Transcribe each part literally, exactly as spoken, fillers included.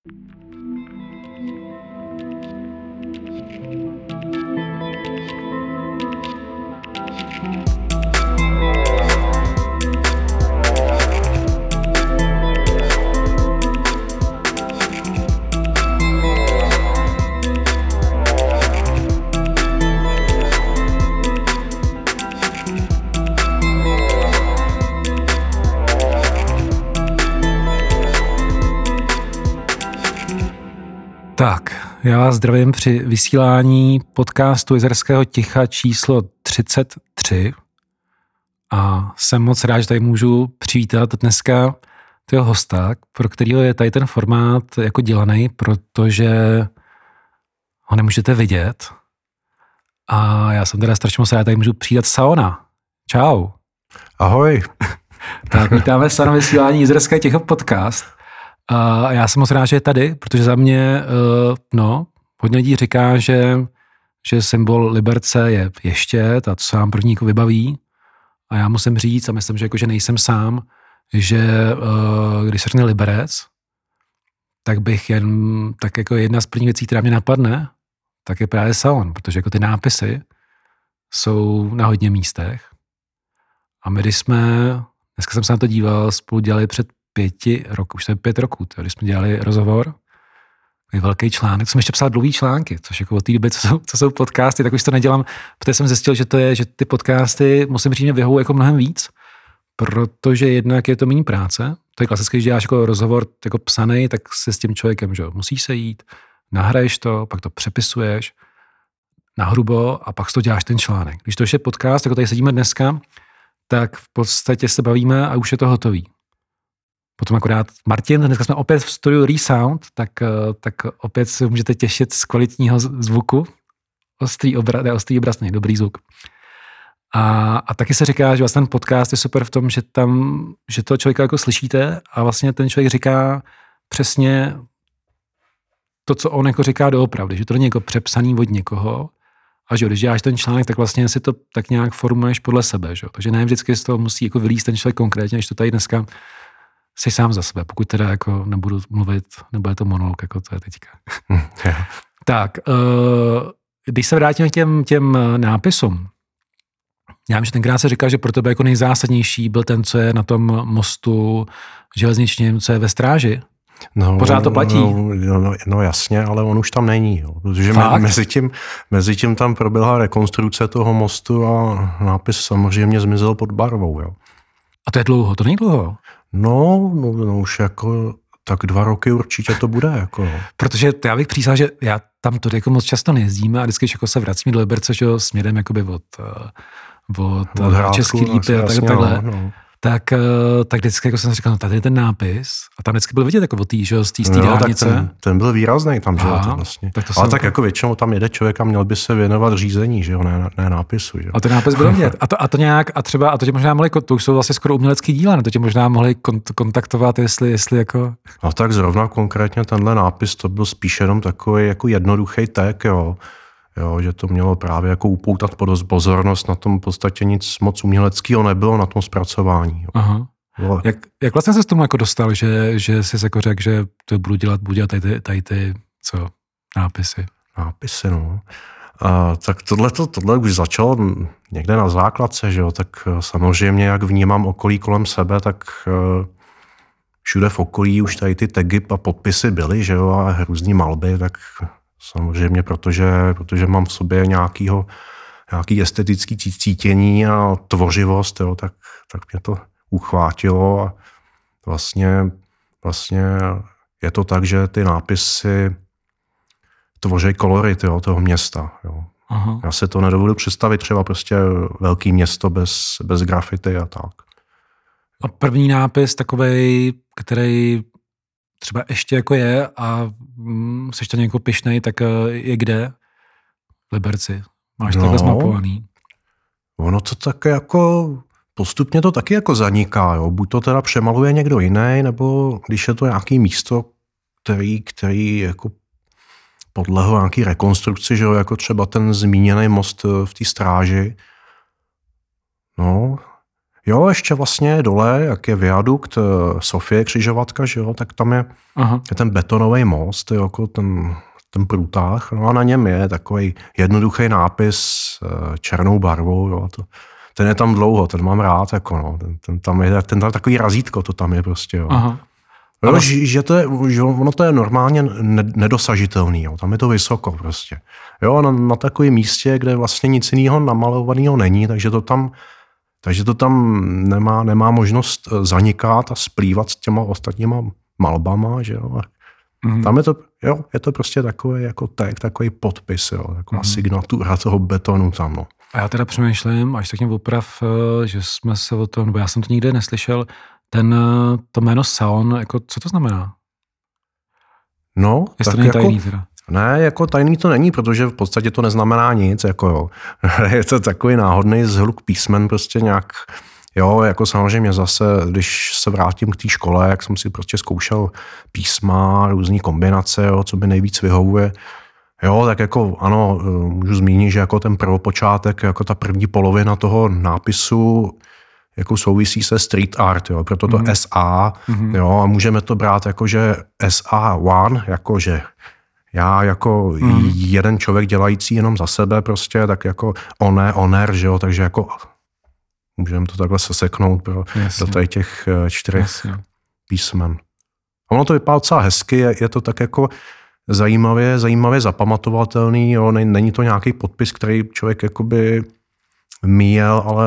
Tak, já vás zdravím při vysílání podcastu Jizerského ticha číslo třicet tři a jsem moc rád, že tady můžu přivítat dneska toho hosta, pro kterého je tady ten formát jako dělaný, protože ho nemůžete vidět a já jsem teda strašně moc rád, tady můžu přivítat Saona. Čau. Ahoj. Tak vítáme se na vysílání Jizerského ticha podcast. A já jsem moc rád, že je tady, protože za mě, no, hodně lidí říká, že, že symbol Liberce je ještět a to se vám první vybaví. A já musím říct, a myslím, že, jako, že nejsem sám, že když se řekne Liberec, tak bych jen, tak jako jedna z prvních věcí, která mě napadne, tak je právě Saon, protože jako ty nápisy jsou na hodně místech. A my, když jsme, dneska jsem se na to díval, spolu dělali před pěti roků, už to je pět roků, to, když jsme dělali rozhovor, velký článek, jsem ještě psal dlouhý články, což jako od té doby, co jsou, co jsou podcasty, tak už to nedělám, protože jsem zjistil, že to je, že ty podcasty, musím říct, mě vyhovují jako mnohem víc, protože jednak je to méně práce, to je klasicky, když děláš jako rozhovor jako psaný, tak se s tím člověkem, že musíš se jít, nahraješ to, pak to přepisuješ nahrubo a pak to děláš ten článek. Když to už je podcast, jako tady sedíme dneska, tak v podstatě se bavíme a už je to hotový. Potom akorát Martin, dneska jsme opět v studiu Resound, tak, tak opět si můžete těšit z kvalitního zvuku. Ostrý obraz, ne, ostrý obraz, ne, dobrý zvuk. A, a taky se říká, že vlastně ten podcast je super v tom, že tam, že toho člověka jako slyšíte a vlastně ten člověk říká přesně to, co on jako říká doopravdy, že to není jako přepsaný od někoho a že když děláš ten článek, tak vlastně si to tak nějak formuješ podle sebe, že? Takže ne vždycky z toho musí jako vylízt ten člověk konkrétně, než to tady dneska jsi sám za sebe, pokud teda jako nebudu mluvit, nebo je to monolog, jako to je teďka. Tak, když se vrátím k těm, těm nápisům, já vím, že tenkrát se říká, že pro tebe jako nejzásadnější byl ten, co je na tom mostu železničním, co je ve Stráži. No, pořád to platí? No, no, no jasně, ale on už tam není. Jo, protože me, mezi, tím, mezi tím tam proběhla rekonstrukce toho mostu a nápis samozřejmě zmizel pod barvou. Jo. A to je dlouho, to není dlouho? No, no, no už jako tak dva roky určitě to bude. Jako. Protože já bych přísal, že já tam to jako moc často nejezdíme a vždycky jako se vracíme do Liberce, že směrem jakoby od, od, od Český Lípy a tak, takhle. No, no. Tak, tak vždycky jako jsem říkal, no tady je ten nápis a tam vždycky byl vidět jako od té no, dálnice. Ten, ten byl výrazný tam, že jo, vlastně. Tak to Ale tak jako většinou tam jede člověk a měl by se věnovat řízení, že jo, ne, ne nápisu. Že? A ten nápis byl vidět. A to, a to nějak, a třeba, a to tě možná mohli, to už jsou vlastně skoro umělecký díla, ne? To tě možná mohli kontaktovat, jestli, jestli jako... No tak zrovna konkrétně tenhle nápis, to byl spíš jenom takový jako jednoduchý tag, jo. Jo, že to mělo právě jako upoutat pozornost, na tom v podstatě nic moc uměleckého nebylo na tom zpracování. Jo. Aha. Jak, jak vlastně se s tomu jako dostal, že, že jsi jako řekl, že to budu dělat, budu dělat tady ty, tady ty co, nápisy? Nápisy, no. A, tak tohle, tohle už začalo někde na základce, že jo, tak samozřejmě, jak vnímám okolí kolem sebe, tak všude v okolí už tady ty tagy a podpisy byly, že jo, a různý malby, tak samozřejmě, protože, protože mám v sobě nějakýho, nějaký estetický cítění a tvořivost, jo, tak, tak mě to uchvátilo a vlastně, vlastně je to tak, že ty nápisy tvoří kolorit, jo, toho města. Jo. Aha. Já si to nedovedu představit, třeba prostě velký město bez, bez grafity a tak. A první nápis takovej, který třeba ještě jako je a mm, jsi to někoho pyšnej, tak je kde? V Liberci. Máš no, takhle zmapovaný. Ono to tak jako postupně to taky jako zaniká. Jo. Buď to teda přemaluje někdo jiný, nebo když je to nějaký místo, který, který jako podlehl nějaký rekonstrukci, že jo, jako třeba ten zmíněný most v té Stráži. No, Jo, ještě vlastně dole, jak je viadukt Sofie křižovatka, že jo, tak tam je, je ten betonový most, jo, jako ten, ten průtah, no a na něm je takový jednoduchý nápis černou barvou, jo, to, ten je tam dlouho, ten mám rád, jako no, ten, ten tam je, ten tam takový razítko, to tam je prostě, jo. Aha. Jo, že, že, to je, že ono to je normálně nedosažitelný, jo, tam je to vysoko prostě. Jo, na, na takovém místě, kde vlastně nic jiného namalovaného není, takže to tam Takže to tam nemá, nemá možnost zanikat a splývat s těma ostatníma malbama, že jo. Mm. Tam je to, jo, je to prostě takový jako tag, takový podpis, jo, taková mm. signatura toho betonu tam, no. A já teda přemýšlím, až tak mě oprav, že jsme se o tom, nebo já jsem to nikdy neslyšel, ten, to jméno Saon, jako co to znamená? No, Jestli tak to není jako, tajný teda. Ne, jako tajný to není, protože v podstatě to neznamená nic, jako jo. Je to takový náhodný zhluk písmen, prostě nějak, jo, jako samozřejmě zase, když se vrátím k té škole, jak jsem si prostě zkoušel písma, různý kombinace, jo, co mi nejvíc vyhovuje, jo, tak jako ano, můžu zmínit, že jako ten prvopočátek, jako ta první polovina toho nápisu, jako souvisí se street art, jo, proto to mm-hmm. S A, mm-hmm. jo, a můžeme to brát jako, že S A jedna, jakože já jako mm. jeden člověk dělající jenom za sebe prostě, tak jako oné, oner, že jo, takže jako můžeme to takhle seseknout pro, do tady těch čtyřech Jasně. písmen. A ono to vypadá docela hezky, je, je to tak jako zajímavě, zajímavě zapamatovatelný, jo, není to nějaký podpis, který člověk jakoby míjel, ale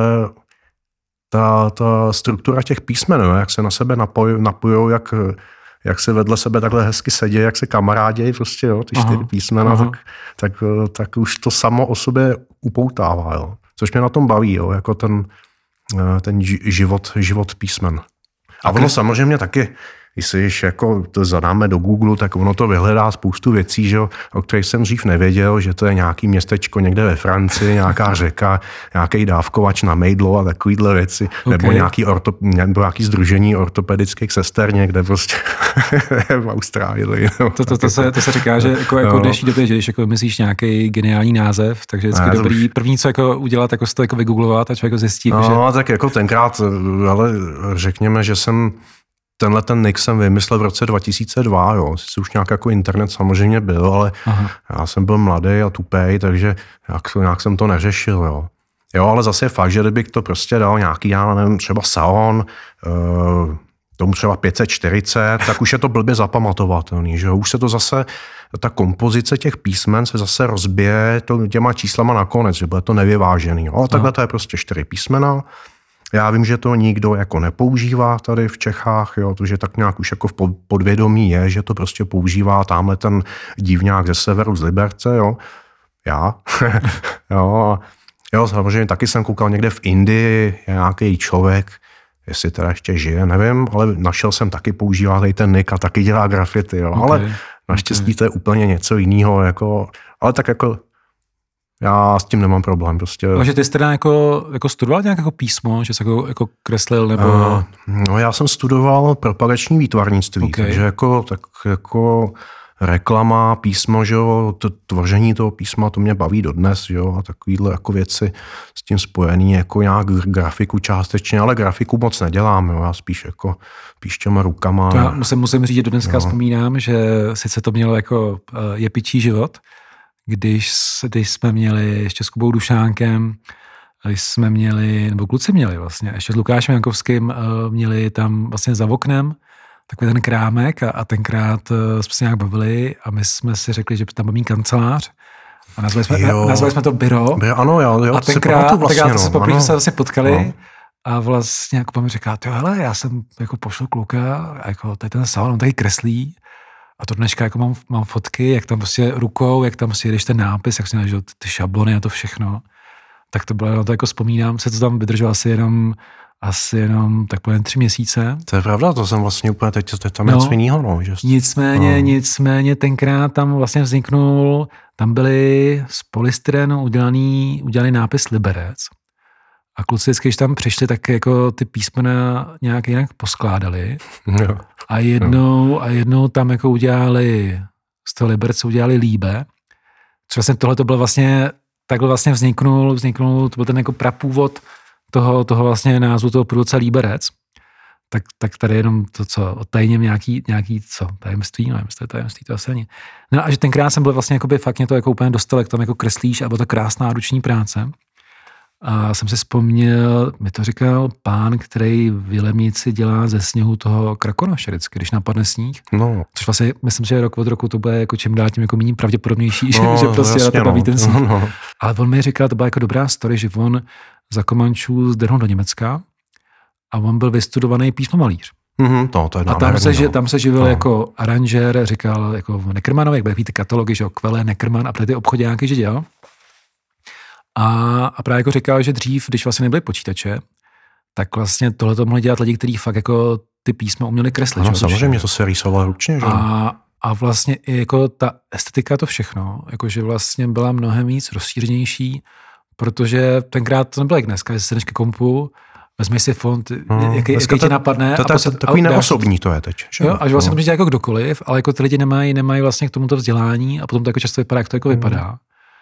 ta, ta struktura těch písmen, jo, jak se na sebe napoj, napojou, jak jak se vedle sebe takhle hezky sedí, jak se kamarádějí, prostě, jo, ty čtyři písmena, tak, tak, tak už to samo o sobě upoutává, jo. Což mě na tom baví, jo, jako ten, ten život, život písmen. A ono samozřejmě taky, když jako to zadáme do Google, tak ono to vyhledá spoustu věcí, že, o kterých jsem dřív nevěděl, že to je nějaký městečko někde ve Francii, nějaká řeka, nějaký dávkovač na mejdlo a takovýhle věci, okay. nebo, nějaký orto, nebo nějaký sdružení ortopedických sester někde prostě v Austrálii. No. To, to, to, se, to se říká, že jako, jako v dnešní době, že když jako myslíš nějaký geniální název, takže vždycky ne, dobrý, už... první, co jako udělat, jako to jako vygooglovat a člověk zjistí. No, že... tak jako tenkrát, ale řekněme, že jsem tenhle ten nick jsem vymyslel v roce dva tisíce dva, jo. Sice už nějak jako internet samozřejmě byl, ale Aha. já jsem byl mladý a tupej, takže nějak, nějak jsem to neřešil, jo. Jo, ale zase je fakt, že kdybych to prostě dal nějaký, já nevím, třeba Saon, uh, tomu třeba pět set čtyřicet, tak už je to blbě zapamatovatelný, že jo. Už se to zase, ta kompozice těch písmen se zase rozbije to, těma číslama nakonec, že bude to nevyvážený, jo. Ale takhle to je prostě čtyři písmena. Já vím, že to nikdo jako nepoužívá tady v Čechách, jo, protože tak nějak už jako v podvědomí je, že to prostě používá tamhle ten divňák ze severu z Liberce, jo. Já. jo, jo, samozřejmě taky jsem koukal někde v Indii, nějaký člověk, jestli teda ještě žije, nevím, ale našel jsem taky používá tady ten nick a taky dělá grafity, jo. Okay, ale naštěstí okay. to je úplně něco jiného, jako, ale tak jako já s tím nemám problém. Prostě. Takže ty jsi teda jako, jako studoval nějak jako písmo, že jsi jako, jako kreslil nebo... Uh, no já jsem studoval propagační výtvarnictví, okay. takže jako, tak jako reklama, písmo, že jo, to tvoření toho písma, to mě baví dodnes, že jo, a takovýhle jako věci s tím spojený, jako nějak grafiku částečně, ale grafiku moc nedělám, jo, já spíš jako píš těma rukama. To já musím, musím říct, že dodneska no. vzpomínám, že sice to mělo jako uh, jepičí život, Když, když jsme měli ještě s Kubou Dušánkem, když jsme měli, nebo kluci měli vlastně, ještě s Lukášem Jankovským měli tam vlastně za oknem takový ten krámek a, a tenkrát jsme se nějak bavili a my jsme si řekli, že tam bude mít kancelář a nazvali jsme, nazvali jsme to Biro. By, ano, jo, jo, a tenkrát, vlastně, tenkrát no, se poprvé se zase potkali no. a vlastně Kuba mi říká, jo hele, já jsem jako pošel kluka, jako tady ten salon, on tady kreslí. A to dneška jako mám, mám fotky, jak tam prostě rukou, jak tam prostě jedeš ten nápis, jak si nažil ty šablony a to všechno. Tak to bylo, na to jako vzpomínám, se to tam vydrželo asi jenom, asi jenom tak povím tři měsíce. To je pravda, to jsem vlastně úplně teď, teď tam něco jiného. No, že... Nicméně, no. nicméně tenkrát tam vlastně vzniknul, tam byly z polystyrenu udělaný, udělaný nápis Liberec. A kluci vždycky, když tam přišli, tak jako ty písmena nějak jinak poskládali. Jo. A jednou, a jednou tam jako udělali, z toho Liberce udělali Líbe. Což vlastně tohle to bylo vlastně, takhle vlastně vzniknul, vzniknul, to byl ten jako prapůvod toho, toho vlastně názvu toho průvodce Líberec, tak, tak tady jenom to, co odtajním nějaký, nějaký co, tajemství, no, jestli tajemství, to asi není. No a že tenkrát jsem byl vlastně, jakoby, fakt mě to jako úplně dostal, jak tam jako kreslíš, a byla to krásná ruční práce. A jsem si vzpomněl, mi to říkal pán, který v Jilemnici dělá ze sněhu toho krakonoše vždycky, když napadne sníh. No. Což vlastně, myslím, že rok od roku to bude jako čím dál tím jako méně pravděpodobnější, No, že, že prostě jasně, na to baví ten sníh. no, no. Ale on mi říkal, to byla jako dobrá story, že on za Komančů zdrhnul do Německa a on byl vystudovaný písmomalíř. Mm-hmm, to, to je a tam se, no. tam se živil no. jako aranžér, říkal jako Neckermanovi, jak bude ty katalogy, že jo, Kvele, Neckermann a ty obchodáky, že dělal. A, a právě jako říkal, že dřív, když vlastně nebyly počítače, tak vlastně tohle to mohli dělat lidi, kteří fakt jako ty písma uměli kreslit. No, že? samozřejmě to se rýsovalo ručně. Že? A, a vlastně i jako ta estetika, to všechno, jakože vlastně byla mnohem víc rozšířenější, protože tenkrát to nebylo jak dneska, že se jdeš ke kompu, vezmeš si font, no, jaký, jaký ti napadne. To, to, to, to, takový neosobní to je teď. Že? Jo, a že vlastně no. to může dělat jako kdokoliv, ale jako ty lidi nemají, nemají vlastně k tomuto vzdělání a potom to jako často vypadá, jak to jako mm. vypadá.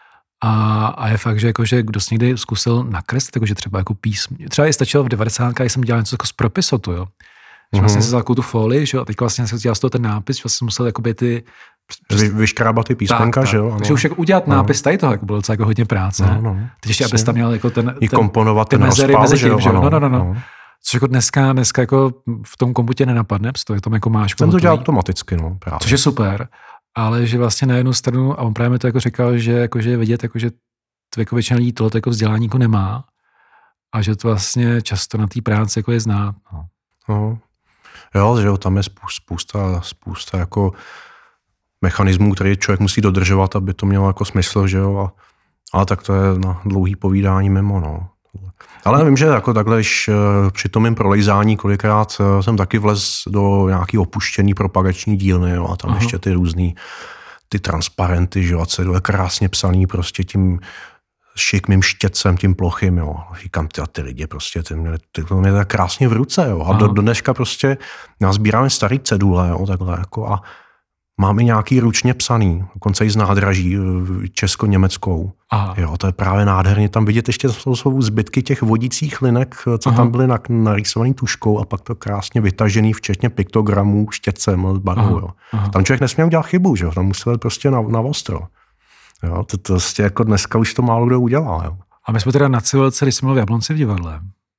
A, a je fakt, že, jako, že kdo jsi někdy zkusil nakreslit, jako, že třeba jako písm, třeba i stačilo v devadesátkách, jsem dělal něco jako z propisotu, jo. Že vlastně mm-hmm. se vzal takovou tu folii, že jo, a teď vlastně jsem dělal z toho ten nápis, že vlastně musel jakoby ty... Vy, vyškrábat ty písmenka, tak, že jo. Takže už jako udělat no. nápis tady toho, jako bylo docela jako hodně práce. No, no. Teď ještě, abys tam měl jako ten... I komponovat ten, ten mezery mezi tím, že jo. No, no, no. no. Což jako dneska, dneska jako v tom komputě nenapadne, protože tam jako máš... Jsem to dělal automaticky, no, právě. Což je super, ale že vlastně na jednu stranu, a on právě mi to jako říkal, že, jako, že je vidět, jako, že jako většina lidí tohle jako vzdělání jako nemá a že to vlastně často na té práci jako je znát. No. No. Jo, že jo, tam je spousta, spousta jako mechanismů, který člověk musí dodržovat, aby to mělo jako smysl, že jo, a, ale tak to je na dlouhý povídání mimo, no. Ale vím, že jako takhle, když při tom mým prolejzání kolikrát jsem taky vlez do nějaký opuštěný propagační dílny, jo, a tam Aha. ještě ty různý ty transparenty, že jo, a cedule krásně psaný prostě tím šikmým štětcem, tím plochým, jo. Říkám, ty, ty lidi prostě, ty mě, ty, to mě tak krásně v ruce, jo. A do, do dneška prostě nazbíráme starý cedule, jo, takhle jako a máme nějaký ručně psaný, dokonce i z nádraží česko-německou. Aha. Jo, to je právě nádherně. Tam vidět ještě jsou zbytky těch vodících linek, co Aha. tam byly narýsovaný tuškou a pak to krásně vytažený, včetně piktogramů, štětcem, barvou, jo. Aha. Tam člověk nesměl dělat chybu, že jo. Tam musel prostě na, na ostro. Jo, to, to prostě jako dneska už to málo kdo udělá. Jo. A my jsme teda na civilce, když jsme byli v Jablonci v divadle,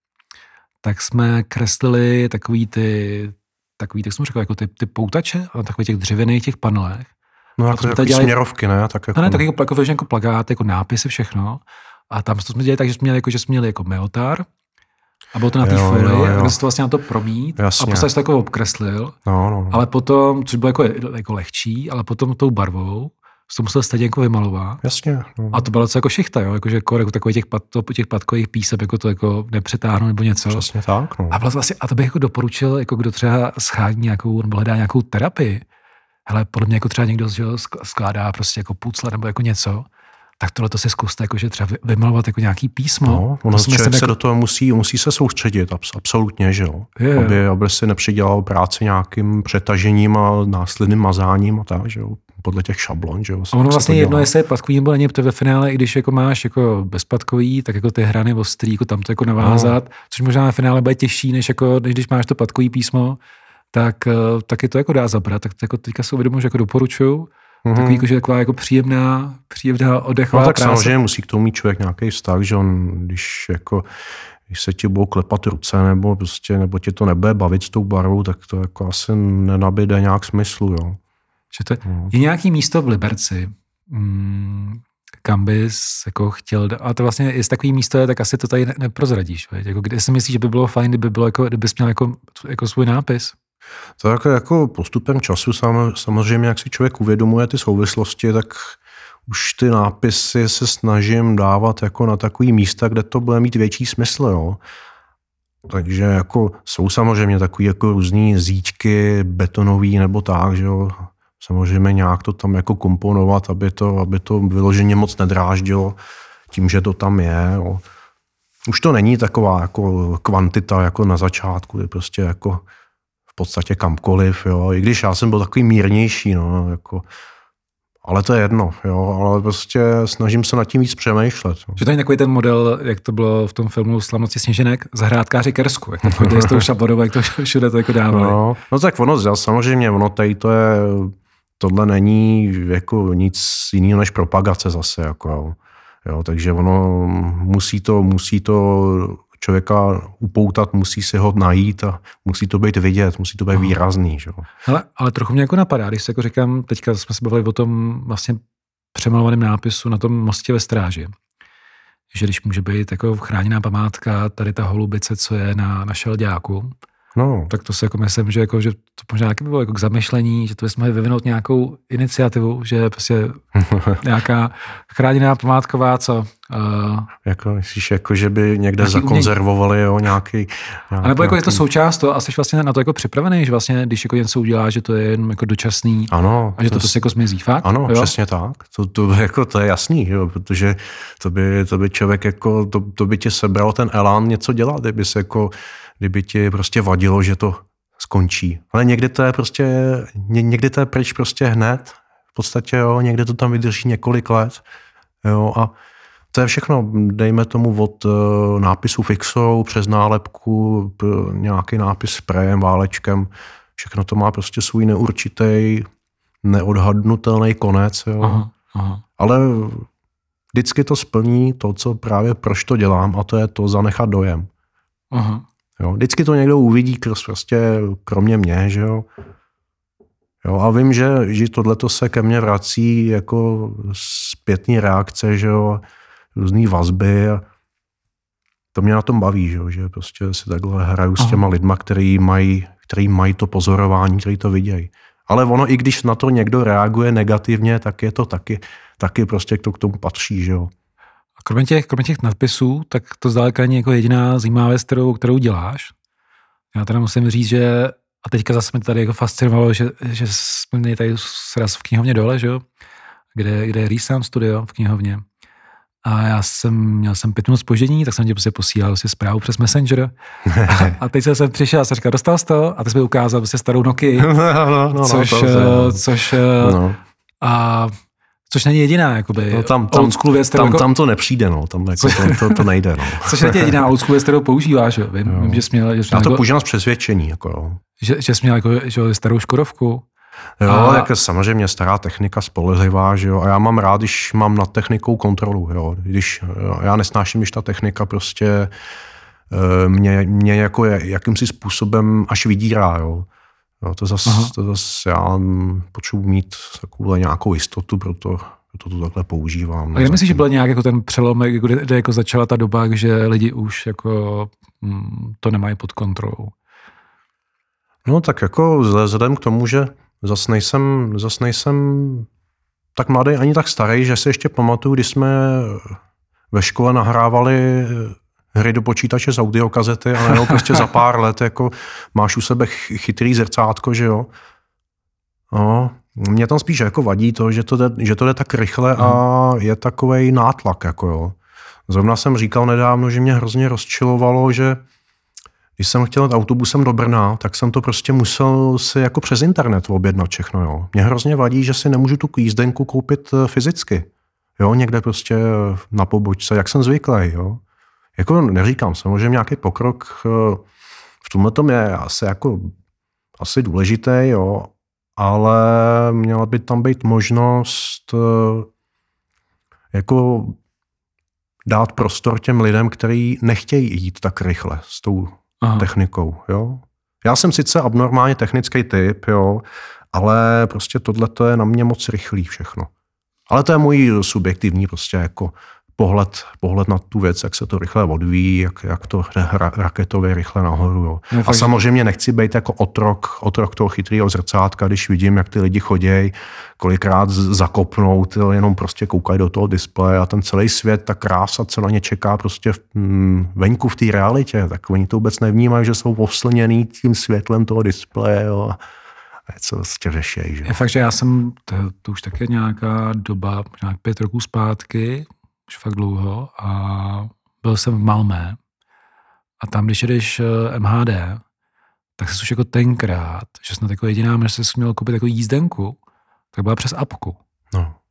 tak jsme kreslili takový ty, takový, tak jsem řekl, jako ty, ty poutače, ale takových těch dřevěných těch panelech. No jako jako dělali, směrovky, ne? Tak jako, no, ne, tak jako, jako, jako plakáty, jako nápisy, všechno. A tam to jsme dělali tak, že jsme měli jako, že jsme měli jako meotár, a bylo to na té folii, a jsme to vlastně na to promít Jasně. a prostě to jako obkreslil. No, no, no. Ale potom, což bylo jako, jako lehčí, ale potom tou barvou to musel stejně jako vymalovat. Jasně. No. A to bylo docela jako šichta, jo? Jako, že jako takových těch, pat, těch patkových písek jako to jako nepřetáhnu nebo něco. Přesně tak. No. A, vlastně, a to bych jako doporučil, jako kdo třeba schání nějakou, nebo hledá nějakou terapii. Hele, podle mě jako třeba někdo že skládá prostě jako pucle nebo jako něco, tak tohle to si zkuste, jako, že třeba vymalovat jako nějaký písmo. No, ono člověk se jako... do toho musí, musí se soustředit, absolutně, že jo. Je, aby, aby si nepřidělal práci nějakým přetažením a následným mazáním a tak, že jo. Podle těch šablon, že jo. A ono vlastně jedno, jestli je patkový nebo není, protože ve finále, i když jako máš jako bezpatkový, tak jako ty hrany ostrý, jako tam to jako navázat, no. Což možná na finále bude těžší, než jako, než když máš to patkový písmo, tak taky to jako dá zabrat. Tak jako teďka si uvědomuji, že jako doporučuju. Mm-hmm. Takový, jako, že taková jako příjemná, příjemná oddechová no, tak práce. samozřejmě musí k tomu mít člověk nějaký vztah, že on, když jako když se ti budou klepat ruce, nebo prostě, nebo tě to nebude bavit s tou barvou, tak to jako asi nenabíde nějak smyslu, jo. Že to je, no. Je nějaký místo v Liberci, hmm, kam bys jako chtěl, a to vlastně, jestli takový místo je, tak asi to tady ne, neprozradíš, veď? Jako, kde si myslíš, že by bylo fajn, kdyby bylo jako, kdybys měl jako, jako svůj nápis? To jako, jako postupem času samozřejmě, jak si člověk uvědomuje ty souvislosti, tak už ty nápisy se snažím dávat jako na takový místa, kde to bude mít větší smysl, jo. Takže jako jsou samozřejmě takový jako různý zíčky betonový nebo tak, že jo. Samozřejmě nějak to tam jako komponovat, aby to, aby to vyloženě moc nedráždilo tím, že to tam je, jo. Už to není taková jako kvantita jako na začátku, je prostě jako v podstatě kamkoliv, jo. I když já jsem byl takový mírnější, no, jako, Ale to je jedno, jo, ale prostě snažím se nad tím víc přemýšlet. Jo. Že to je takový ten model, jak to bylo v tom filmu Slavnosti sněženek, zahrádkáři Kersku, jak to chodili s tou šablodou, jak to všude to jako dávali. No, no tak ono, samozřejmě, ono tady to je, tohle není jako nic jiného než propagace zase, jako jo. Jo, takže ono musí to, musí to člověka upoutat, musí si ho najít a musí to být vidět, musí to být výrazný. Že? Hele, ale trochu mě jako napadá, když se jako říkám, teďka jsme se bavili o tom vlastně přemalovaném nápisu na tom mostě ve Stráži, že když může být jako chráněná památka, tady ta holubice, co je na, na Šelďáku, no. tak to si jako myslím, že, jako, že to možná by bylo jako k zamyšlení, že to bychom mohli vyvinout nějakou iniciativu, že prostě nějaká chráněná památková, co... Uh, jako, myslíš, jako, že by někde zakonzervovali jo, nějaký... nějaký a nebo jako nějaký... je to součást toho a jsi vlastně na to jako připravený, že vlastně, když jako něco udělá, že to je jen jako dočasný ano, a že to, to prostě jako zmizí, fakt? Ano, jo? Přesně tak. To, to, jako, to je jasný, jo, protože to by, to by člověk jako, to, to by tě sebralo ten elán něco dělat, kdyby se jako kdyby ti prostě vadilo, že to skončí. Ale někdy to je prostě, ně, někdy to je pryč prostě hned, v podstatě jo, někdy to tam vydrží několik let, jo, a to je všechno, dejme tomu od uh, nápisu fixou, přes nálepku, p, nějaký nápis sprejem, válečkem, všechno to má prostě svůj neurčitý, neodhadnutelný konec, jo. Aha, aha. Ale vždycky to splní to, co právě proč to dělám, a to je to zanechat dojem. Aha. Jo, vždycky to někdo uvidí, prostě kromě mě, že jo. Jo, a vím, že, že tohleto se ke mně vrací jako zpětný reakce, že jo, různý vazby a to mě na tom baví, že jo, že prostě si takhle hraju s těma lidma, který mají, který mají to pozorování, který to vidějí. Ale ono, i když na to někdo reaguje negativně, tak je to taky, taky prostě to k tomu patří, že jo. A kromě těch, kromě těch nadpisů, tak to zdaleka není jako jediná zajímavá věc, kterou, kterou děláš. Já teda musím říct, že a teďka zase mě tady jako fascinovalo, že, že jsme měli tady sraz v knihovně dole, že jo, kde, kde je Rýsám studio v knihovně. A já jsem, měl jsem pět minut zpoždění, tak jsem ti prostě posílal si zprávu přes Messenger. A, a teď jsem přišel a jsem říkal, dostal jsi to? A ty jsi mi ukázal prostě starou Nokia, no, no, no, což, no, to což, no. a což není jediná, jakoby, no, tam, tam, old school věc, tam, jako, tam to nepřijde, no, tam jako to, to, to nejde, no. Což není jediná old school věc, kterou používáš, jo. Vím, jo. vím, že jsi měl, že jsi Já to jako, používám z přesvědčení, jako jo. Že, že jsi měl jako, že starou Škodovku. Jo, a... jako samozřejmě stará technika, spolehlivá, že jo, a já mám rád, když mám nad technikou kontrolu, jo, když, jo, já nesnáším, když ta technika prostě mě, mě jako jakýmsi způsobem až vydírá, jo. Jo, to zase, to zase já potřebuji mít takovou nějakou jistotu, proto, proto to takhle používám. A já myslím, že byl nějak jako ten přelom, kde, kde jako začala ta doba, že lidi už jako mm, to nemají pod kontrolou. No tak jako vzhledem k tomu, že zas nejsem, zas nejsem tak mladý ani tak starý, že si ještě pamatuju, když jsme ve škole nahrávali hry do počítače z audiokazety a nebo prostě za pár let jako máš u sebe chytrý zrcátko, že jo. No, mě tam spíš jako vadí to, že to jde, že to jde tak rychle a je takovej nátlak, jako jo. Zrovna jsem říkal nedávno, že mě hrozně rozčilovalo, že když jsem chtěl jít autobusem do Brna, tak jsem to prostě musel si jako přes internet objednat všechno, jo. Mě hrozně vadí, že si nemůžu tu jízdenku koupit fyzicky, jo, někde prostě na pobočce, jak jsem zvyklý, jo. Jako neříkám, samozřejmě nějaký pokrok v tomhle tom je asi jako asi důležitý, jo, ale měla by tam být možnost jako dát prostor těm lidem, kteří nechtějí jít tak rychle s tou Aha. technikou, jo. Já jsem sice abnormálně technický typ, jo, ale prostě tohle to je na mě moc rychlý všechno. Ale to je můj subjektivní prostě jako pohled, pohled na tu věc, jak se to rychle odvíjí, jak, jak to ra, raketově rychle nahoru. Jo. A fakt, samozřejmě nechci být jako otrok, otrok toho chytrýho zrcátka, když vidím, jak ty lidi chodějí, kolikrát zakopnou, ty jenom prostě koukají do toho displeje a ten celý svět, ta krása, co na ně čeká prostě v, hm, venku v té realitě, tak oni to vůbec nevnímají, že jsou ovslněný tím světlem toho displeje. Jo. A co prostě řešejí. Že? Je fakt, že já jsem, to, to už taky nějaká doba, nějak pět roků zpátky, už fakt dlouho, a byl jsem v Malmé a tam, když jedeš M H D, tak jsi už jako tenkrát, že snad jako jediná, že jsi měl koupit jako jízdenku, tak byla přes apku. No.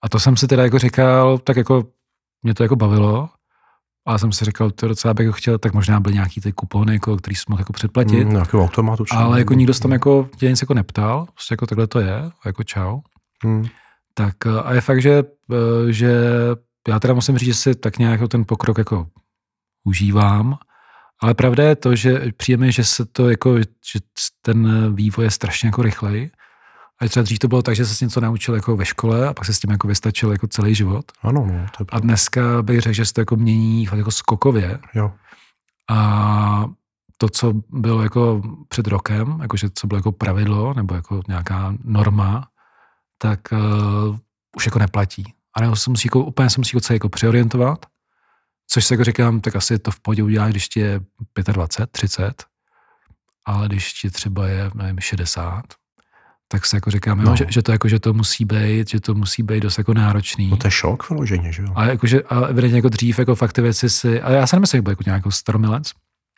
A to jsem si teda jako říkal, tak jako mě to jako bavilo, ale jsem si říkal, to docela bych ho chtěl, tak možná byly nějaký ty kupony, jako, který jsem mohl jako předplatit. Mm, nějaký automat určitě. Ale jako nikdo se tam jako tě nic jako neptal, prostě jako takhle to je, jako čau. Mm. Tak a je fakt, že, že já teda musím říct, že si tak nějak ten pokrok jako užívám, ale pravda je to, že přijde mi, že se to jako, že ten vývoj je strašně jako rychlej. A třeba dřív to bylo tak, že se něco naučil jako ve škole a pak se s tím jako vystačil jako celý život. Ano, no. To je a dneska bych řekl, že se to jako mění fakt jako skokově. Jo. A to, co bylo jako před rokem, jakože co bylo jako pravidlo nebo jako nějaká norma, tak uh, už jako neplatí. A nebo se musí jako, úplně se musí jako celý jako přeorientovat, což se jako říkám, tak asi to v pohodě uděláš, když ti je dvacet pět, třicet, ale když ti třeba je, nevím, šedesát, tak se jako říkám, no. jo, že, že, to jako, že to musí být, že to musí být dost jako náročný. No to je šok vyloženě, že jo? A jakože, a evidentně jako dřív, jako fakt ty věci si, ale já se nemyslím, že byl jako nějakou staromilec,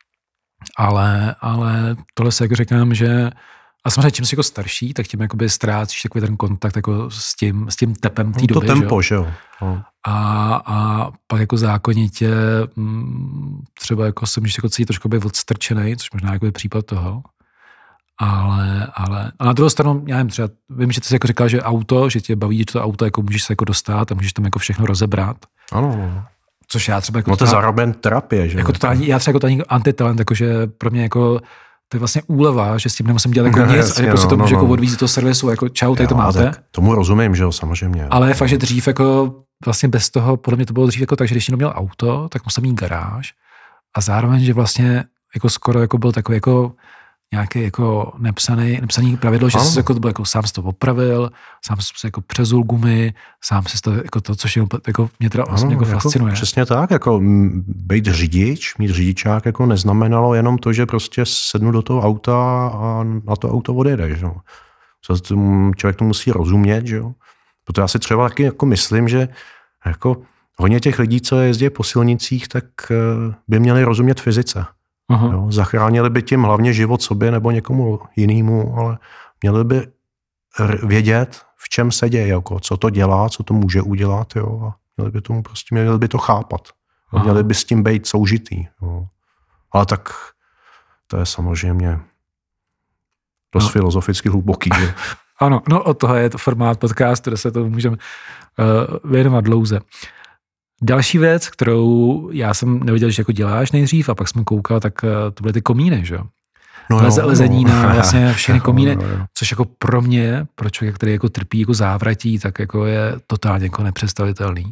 ale, ale tohle se jako říkám, že a samozřejmě čím jsi jako starší, tak tím jakoby ztrácíš takový ten kontakt jako s tím, s tím tepem té doby. To tempo, že jo. No. A, a pak jako zákonitě m, třeba jako se můžeš jako cítit trošku být odstrčenej, což možná jako je případ toho. Ale, ale a na druhou stranu, já nevím, třeba, vím, že ty jsi jako říkal, že auto, že tě baví, že to auto jako můžeš se jako dostat a můžeš tam jako všechno rozebrat. Ano, no. Což já třeba jako... No to je zároveň terapie, že jako to, já třeba jako to antitalent, jakože pro mě jako to je vlastně úleva, že s tím nemusím dělat jako nic jasně, a že prostě no, to můžu no, jako no. odvízt do servisu, jako čau, tady to máte. Tomu rozumím, že jo, samozřejmě. Ale fakt, že dřív jako vlastně bez toho, podle mě to bylo dřív jako tak, že když někdo měl auto, tak musel mít garáž a zároveň, že vlastně jako skoro jako byl takový jako nějaký jako nepsaný, nepsaný pravidlo, že jsi jako to byl jako sám si to opravil, sám si jako přezul gumy, sám si to jako to, což je, jako mě teda vlastně jako fascinuje. Přesně tak, jako být řidič, mít řidičák jako neznamenalo jenom to, že prostě sednu do toho auta a na to auto odjede, že jo. Člověk to musí rozumět, že jo. Protože já si třeba taky jako myslím, že jako hodně těch lidí, co jezdí po silnicích, tak by měli rozumět fyzice. Jo, zachránili by tím hlavně život sobě nebo někomu jinému, ale měli by vědět, v čem se děje, jako, co to dělá, co to může udělat, jo, a měli by tomu prostě, měli by to chápat. Aha. Měli by s tím být soužitý. Jo. Ale tak to je samozřejmě dost no. filozoficky hluboký. Že? Ano, no od toho je to formát podcastu, kde se to můžeme uh, věnovat dlouze. Další věc, kterou já jsem nevěděl, že jako děláš nejdřív a pak jsem koukal, tak to byly ty komíny, že jo? No Leze, lezení no. na vlastně všechny komíny, no, no. Což jako pro mě, pro člověka, který jako trpí jako závratí, tak jako je totálně jako nepředstavitelný.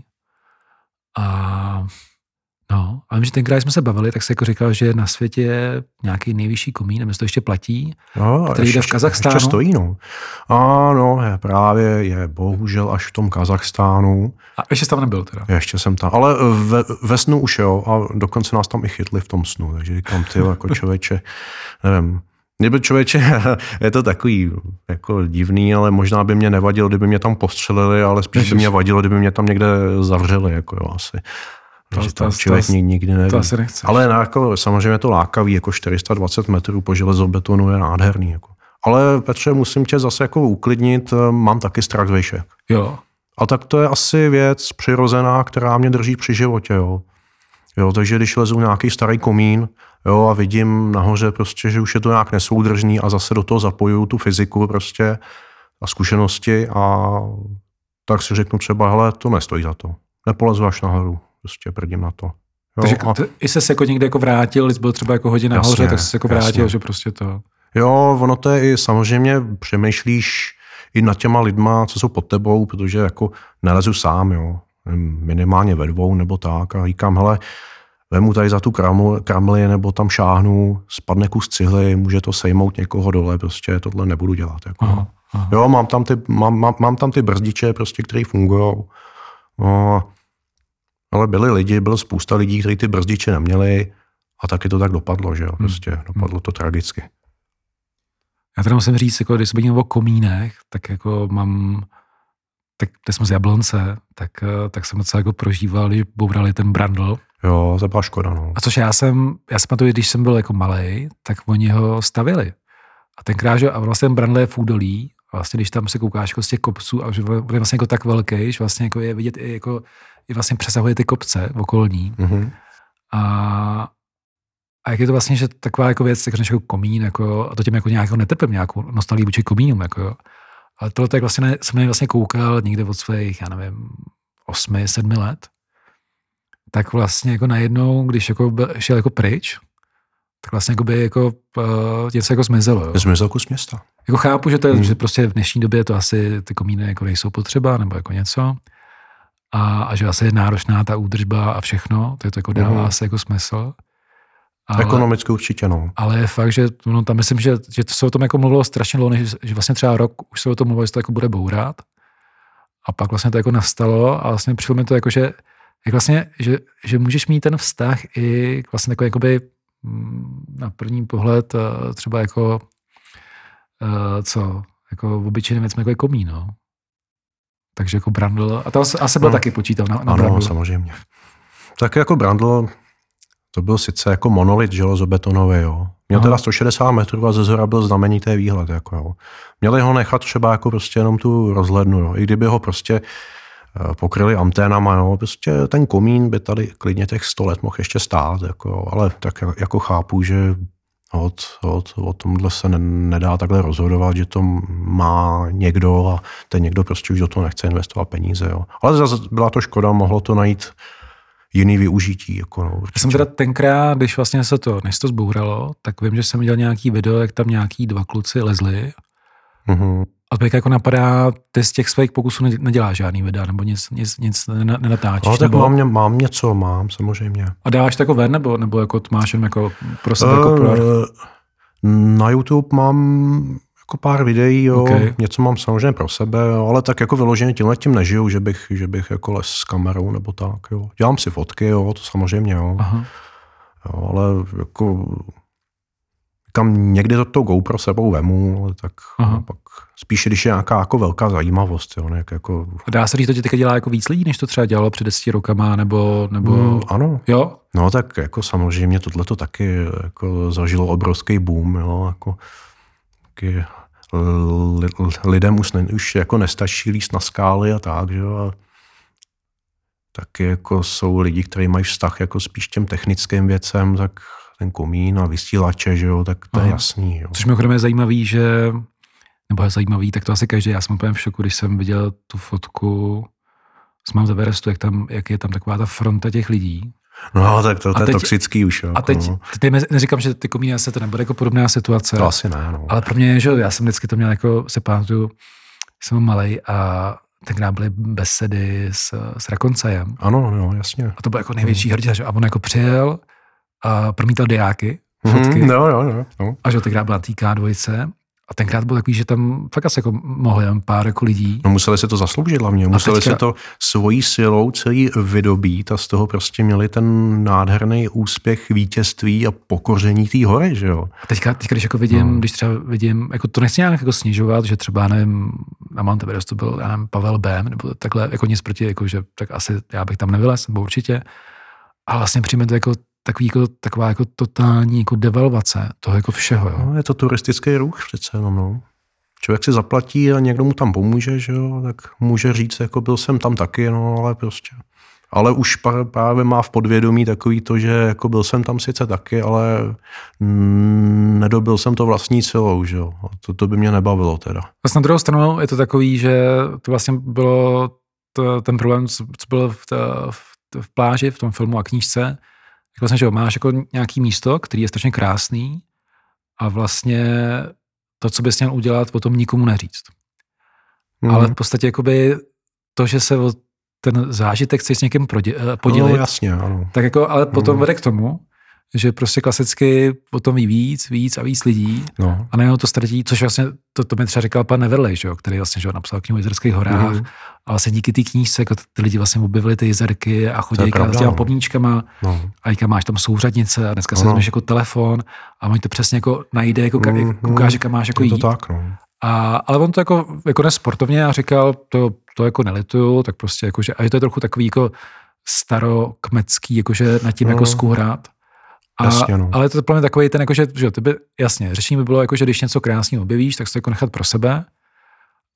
A no, a vím, že tenkrát jsme se bavili, tak se jako říkal, že na světě je nějaký nejvyšší komín, a to ještě platí, no, který jde v Kazachstánu. Ještě stojí, no. Ano, je, právě je bohužel až v tom Kazachstánu. A ještě jsi tam nebyl teda? Ještě jsem tam, ale ve, ve snu už jo, a dokonce nás tam i chytli v tom snu, takže říkám, ty jako člověče, nevím, Kdyby člověče, je to takový jako divný, ale možná by mě nevadilo, kdyby mě tam postřelili, ale spíš Ježiš. by mě vadilo, kdyby mě tam někde zavřeli, jako jo, asi. Takže tam člověk to, nikdy neví. To asi nechceš. Ale jako, samozřejmě to lákavý, jako čtyři sta dvacet metrů po železobetonu je nádherný. Jako. Ale Petře, musím tě zase jako uklidnit, mám taky strach z výšek. Jo. A tak to je asi věc přirozená, která mě drží při životě, jo. Jo, takže když lezu nějaký starý komín, jo, a vidím nahoře prostě, že už je to nějak nesoudržný a zase do toho zapojuju tu fyziku prostě a zkušenosti a tak si řeknu třeba, hele, to nestojí za to. Nepolezu až nahoru, prostě prdím na to. Jo, takže a... t- i se jako někde jako vrátil, když byl třeba jako hodně nahoře, jasně, tak se jako vrátil, jasně. Že prostě to... Jo, ono to je i samozřejmě, přemýšlíš i nad těma lidma, co jsou pod tebou, protože jako nelezu sám, jo. Minimálně ve dvou nebo tak a říkám, hele, vemu tady za tu kramli, kramli nebo tam šáhnu, spadne kus cihly, může to sejmout někoho dole, prostě tohle nebudu dělat. Jako. Aha, aha. Jo, mám tam ty, mám, mám, mám tam ty brzdiče, prostě, které fungují. No, ale byli lidi, bylo spousta lidí, kteří ty brzdiče neměli a taky to tak dopadlo, že jo, prostě hmm. dopadlo to tragicky. Já teda musím říct, jako, když se bavíme o komínech, tak jako mám, tak když jsme z Jablonce, tak, tak jsem docela jako prožíval, když bourali ten Brandl. Jo, to byla škoda, no. A což já jsem, já si pamatuju, když jsem byl jako malej, tak oni ho stavili. A tenkrát, že, a vlastně ten Brandl je v údolí A vlastně, když tam se koukáš jako z těch kopců a že on je vlastně jako tak velký, že vlastně jako je vidět i jako, i vlastně přesahuje ty kopce okolní. Mm-hmm. A, a jak je to vlastně, že taková jako věc, jako, jako komín, jako, a to tím jako nějak netrpím, nějakou nostalgii vůči komínům, jako, ale tohle tak vlastně ne, jsem vlastně koukal někde od svých, já nevím, osmi, sedmi let, tak vlastně jako najednou, když jako šel jako pryč, tak vlastně jako by jako uh, něco jako zmizelo. Jo. Zmizel kus města. Jako chápu, že to je, hmm. že prostě v dnešní době to asi ty komíny jako nejsou potřeba, nebo jako něco. A, a že asi je náročná ta údržba a všechno, to je to jako dává hmm. asi jako smysl. Ale, ekonomicky určitě, no. Ale je fakt, že no, tam myslím, že, že to se o tom jako mluvilo strašně dlouho, že, že vlastně třeba rok už se o tom mluvilo, že to jako bude bourat. A pak vlastně to jako nastalo a vlastně přišlo mi to jako, že, jak vlastně, že, že můžeš mít ten vztah i vlastně takový jakoby na první pohled třeba jako co, jako obyčejný věc jako je komín, no. Takže jako Brandl, a to asi byl no, taky počítal na, na ano, Brandl. samozřejmě. Tak jako Brandl, to byl sice jako monolit železobetonový, jo. Měl teda sto šedesát metrů a ze zhora byl znamenitý výhled, jako jo. Měli ho nechat třeba jako prostě jenom tu rozhlednu, jo. I kdyby ho prostě pokryli anténama, jo. Prostě ten komín by tady klidně těch sto let mohl ještě stát, jako jo. Ale tak jako chápu, že od, od, o tomhle se ne, nedá takhle rozhodovat, že to má někdo a ten někdo prostě už do toho nechce investovat peníze, jo. Ale zase byla to škoda, mohlo to najít jiný využití. Jako no, já jsem teda tenkrát, když vlastně se to, než to zbouralo, tak vím, že jsem viděl nějaký video, jak tam nějaký dva kluci lezli. Mm-hmm. A teď jako napadá, ty z těch svých pokusů neděláš žádný videa, nebo nic, nic, nic nenatáčíš. No, tak nebo... mám, mám něco, mám samozřejmě. A dáváš to jako ven, nebo, nebo jako to máš jen jako pro sebe? Uh, jako pro... Na YouTube mám jako pár videí, jo. Okay. Něco mám samozřejmě pro sebe, jo. Ale tak jako vyloženě tímhle tím nežiju, že bych, že bych jako les s kamerou nebo tak, jo. Dělám si fotky, jo, to samozřejmě, jo. Aha. Jo, ale jako kam někdy to, to GoPro sebou vemu, ale tak no, pak spíš, když je nějaká jako velká zajímavost, jo, nějak jako... A dá se říct, to tě teďka dělá jako víc lidí, než to třeba dělalo před deseti rokama, nebo... nebo... Mm, ano. Jo? No tak jako samozřejmě tohle to taky jako zažilo obrovský boom, jo, jako taky li, lidem už, ne, už jako nestačí líst na skály a tak, že jo, a taky jako jsou lidi, kteří mají vztah jako spíš těm technickým věcem, tak ten komín a vysílače, že jo, tak to Aha. je jasný, jo. Což mimochodem je zajímavý, že nebo je zajímavý, tak to asi každý, já jsem úplně v šoku, když jsem viděl tu fotku z Mount Everestu, jak, tam, jak je tam taková ta fronta těch lidí. No, tak to, to teď, je toxický už. Jo, a teď, no. teď neříkám, že ty komíny asi to nebude jako podobná situace. To asi ne, no. Ale pro mě, že já jsem vždycky to měl jako, se pamatuju, jsem malej a tenkrát byly besedy s, s Rakoncajem. Ano, no, jasně. A to byl jako největší hrdina, že a on jako přijel a promítal diáky, fotky. Mm, no, no, no, no. A že tenkrát byla týká dvojice. A tenkrát byl takový, že tam fakt asi jako mohli jen pár jako lidí. No museli se to zasloužit hlavně, museli teďka... se to svojí silou celý vydobít a z toho prostě měli ten nádherný úspěch, vítězství a pokoření té hory, že jo. A teďka, teďka když jako vidím, no. když třeba vidím, jako to nechci nějak jako snižovat, že třeba, nevím, na Mount Everestu byl, já nevím, Pavel Bém, nebo takhle, jako nic proti, jako že tak asi já bych tam nevylez, nebo určitě. A vlastně přijme to jako takový jako, taková jako totální jako devalvace toho jako všeho. Jo. No, je to turistický ruch přece, no, no. Člověk si zaplatí a někdo mu tam pomůže, že jo, tak může říct, jako byl jsem tam taky, no, ale prostě. Ale už právě má v podvědomí takový to, že jako byl jsem tam sice taky, ale mm, nedobil jsem to vlastní silou, že jo. A to, to by mě nebavilo teda. A na druhou stranu je to takový, že to vlastně bylo to, ten problém, co byl v, v, v pláži, v tom filmu a knížce, vlastně, že máš jako nějaký místo, který je strašně krásný a vlastně to, co bys měl udělat, o tom nikomu neříct. Mm. Ale v podstatě jakoby to, že se o ten zážitek chceš s někým podělit, no, jasně, ano. tak jako, ale potom mm. vede k tomu, že prostě klasicky o tom ví víc, víc a víc lidí no. a najednou to ztratí, což vlastně, to, to mi třeba říkal pan Neverley, že jo, který vlastně že jo, napsal knihu o Jizerských horách mm. a vlastně díky té knížce jako ty lidi vlastně objevili ty jezerky a chodí s těma pomníčkama no. a říká, máš tam souřadnice a dneska no. se vezmeš jako telefon a oni to přesně jako najde, jako mm. jako ukáže, kam máš jako je to jít. tak, no. A, ale on to jako, jako nesportovně a říkal, to, to jako nelituju, tak prostě jako, že, a je to trochu takový jako starokmecký, jakože nad tím no. jako skůhrát. A, jasně, no. Ale je to plně takový ten, jakože, že ty by, jasně, řešení by bylo, jako, že když něco krásného objevíš, tak se to jako nechat pro sebe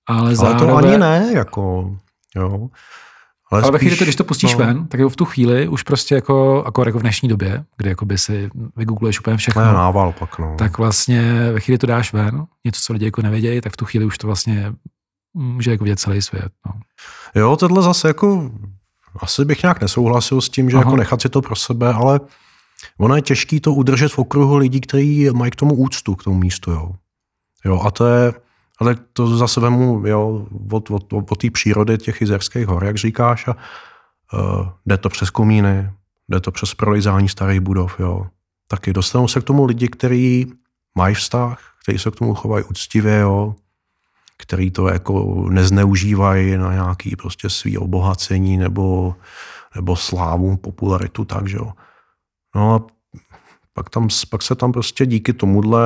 Ale, zároveň... ale to ani ne, jako, jo. Ale, ale ve chvíli, když to pustíš no. ven, tak jako v tu chvíli už prostě jako, jako, jako v dnešní době, kdy jakoby si vygoogluješ úplně všechno, ne, nával pak, no. Tak vlastně ve chvíli to dáš ven, něco, co lidi jako nevědějí, tak v tu chvíli už to vlastně může jako vidět celý svět. No. Jo, tohle zase jako, asi bych nějak nesouhlasil s tím, že Aha. jako nechat si to pro sebe, ale ono je těžký to udržet v okruhu lidí, kteří mají k tomu úctu, k tomu místu, jo. Jo, a to je, ale to zase vemu, jo, od, od, od, od té přírody těch Jizerských hor, jak říkáš, a uh, jde to přes komíny, jde to přes prolizání starých budov, jo. Taky dostanou se k tomu lidi, kteří mají vztah, kteří se k tomu chovají úctivě, jo, který to jako nezneužívají na nějaký prostě svý obohacení nebo, nebo slávu, popularitu, takže jo. No a pak, tam, pak se tam prostě díky tomuhle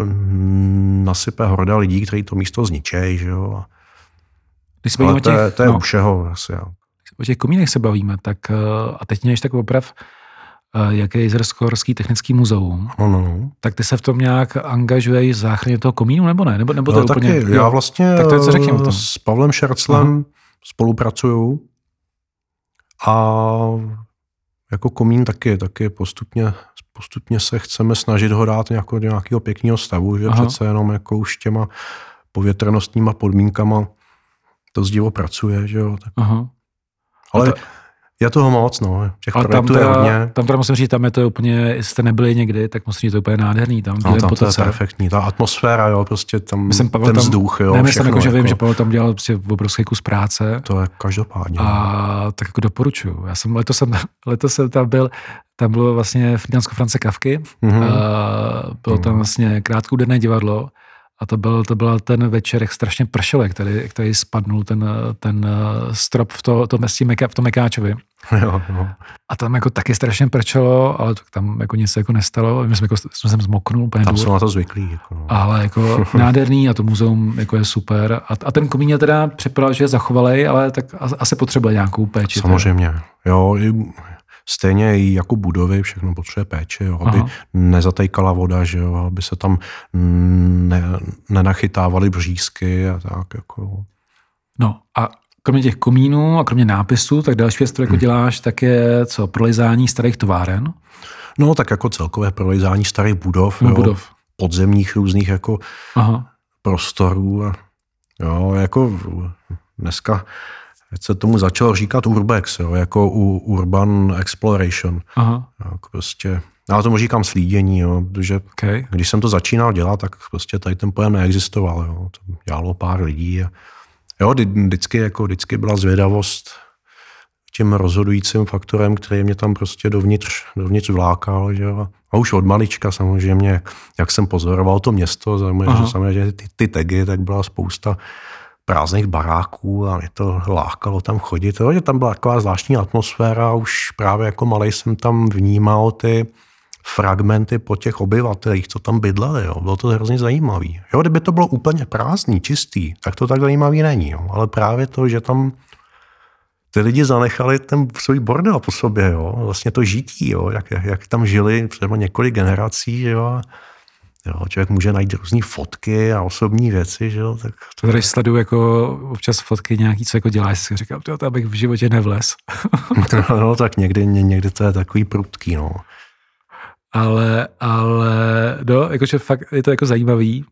nasype horda lidí, kteří to místo zničejí, že jo. Když se ale to, těch, to je no, u všeho asi, jo. O těch komínech se bavíme, tak a teď než tak oprav, jak je Jizersko-horský technický muzeum, no, no. tak ty se v tom nějak angažuješ v záchraně toho komínu, nebo ne? Nebo, nebo to no, úplně, taky, já vlastně tak to je, co řekněme o tom. S Pavlem Šerclem Aha. spolupracuju a jako komín taky, taky postupně, postupně se chceme snažit ho dát nějakou, do nějakého pěkného stavu, že Aha. přece jenom jako už těma povětrnostníma podmínkama to zdivo pracuje, že jo. Tak. Aha. Ale to... je toho moc, no. Těch ale projektů tam teda, je hodně. Tam teda musím říct, tam je to úplně, jestli jste nebyli někdy, tak musím říct, to je úplně nádherný. Tam, no, tam to je perfektní. Ta atmosféra, jo, prostě tam myslím, ten tam, vzduch, jo. Ne, myslím, jako, že vím, že Pavel tam dělal prostě obrovský kus práce. To je každopádně. A tak jako doporučuju. Já jsem, letos jsem, letos jsem tam byl, tam bylo vlastně Frýdlantsko France Kafky. Mm-hmm. A bylo tam vlastně krátkodenné divadlo. A to byl, to byl ten večer, jak strašně pršelo, který, který spadnul ten, ten strop v, to, to meka, v tom Mekáčovi. Jo, jo. A tam jako taky strašně prčelo, ale tam jako nic jako nestalo. My jsme, jako, jsme jsem zmoknul úplně tam důl. jsou na to zvyklí. Jako no. Ale jako nádherný a to muzeum jako je super. A, a ten komín je teda připadal, že je zachovalej, ale tak asi potřebuje nějakou péči. Samozřejmě. Teda. Jo, stejně i jako budovy, všechno potřebuje péči, jo, aby Aha. nezatejkala voda, že jo, aby se tam ne, nenachytávaly břízky a tak. Jako. No a kromě těch komínů a kromě nápisů, tak další věc, co jako děláš, tak je co, prolizání starých továren? No tak jako celkové prolizání starých budov, no, jo, budov. podzemních různých jako Aha. prostorů. A, jo, jako dneska se tomu začalo říkat Urbex, jo, jako u Urban Exploration. Aha. Jako prostě, já tomu říkám slídění, jo, protože okay. když jsem to začínal dělat, tak prostě tady ten pojem neexistoval. Jo. To dělalo pár lidí. A, jo, vždycky, jako, vždycky byla zvědavost tím rozhodujícím faktorem, který mě tam prostě dovnitř, dovnitř vlákal. Že jo. A už od malička samozřejmě, jak jsem pozoroval to město, samozřejmě, že, samozřejmě, že ty, ty tagy, tak byla spousta prázdných baráků a mě to lákalo tam chodit. To, že tam byla taková zvláštní atmosféra, už právě jako malej jsem tam vnímal ty fragmenty po těch obyvatelích, co tam bydleli. Jo. Bylo to hrozně zajímavý. Jo, kdyby to bylo úplně prázdný, čistý, tak to tak zajímavý není. Jo. Ale právě to, že tam ty lidi zanechali ten svůj bordel po sobě, jo. Vlastně to žití, jo. Jak, jak tam žili třeba několik generací, jo. Jo, člověk může najít různý fotky a osobní věci, že jo. Tak to... Když sleduju jako občas fotky nějaký, co jako děláš, si říkám, to abych v životě nevlez. No tak někdy, někdy to je takový prudký, no. Ale, ale, no, jakože fakt je to jako zajímavý.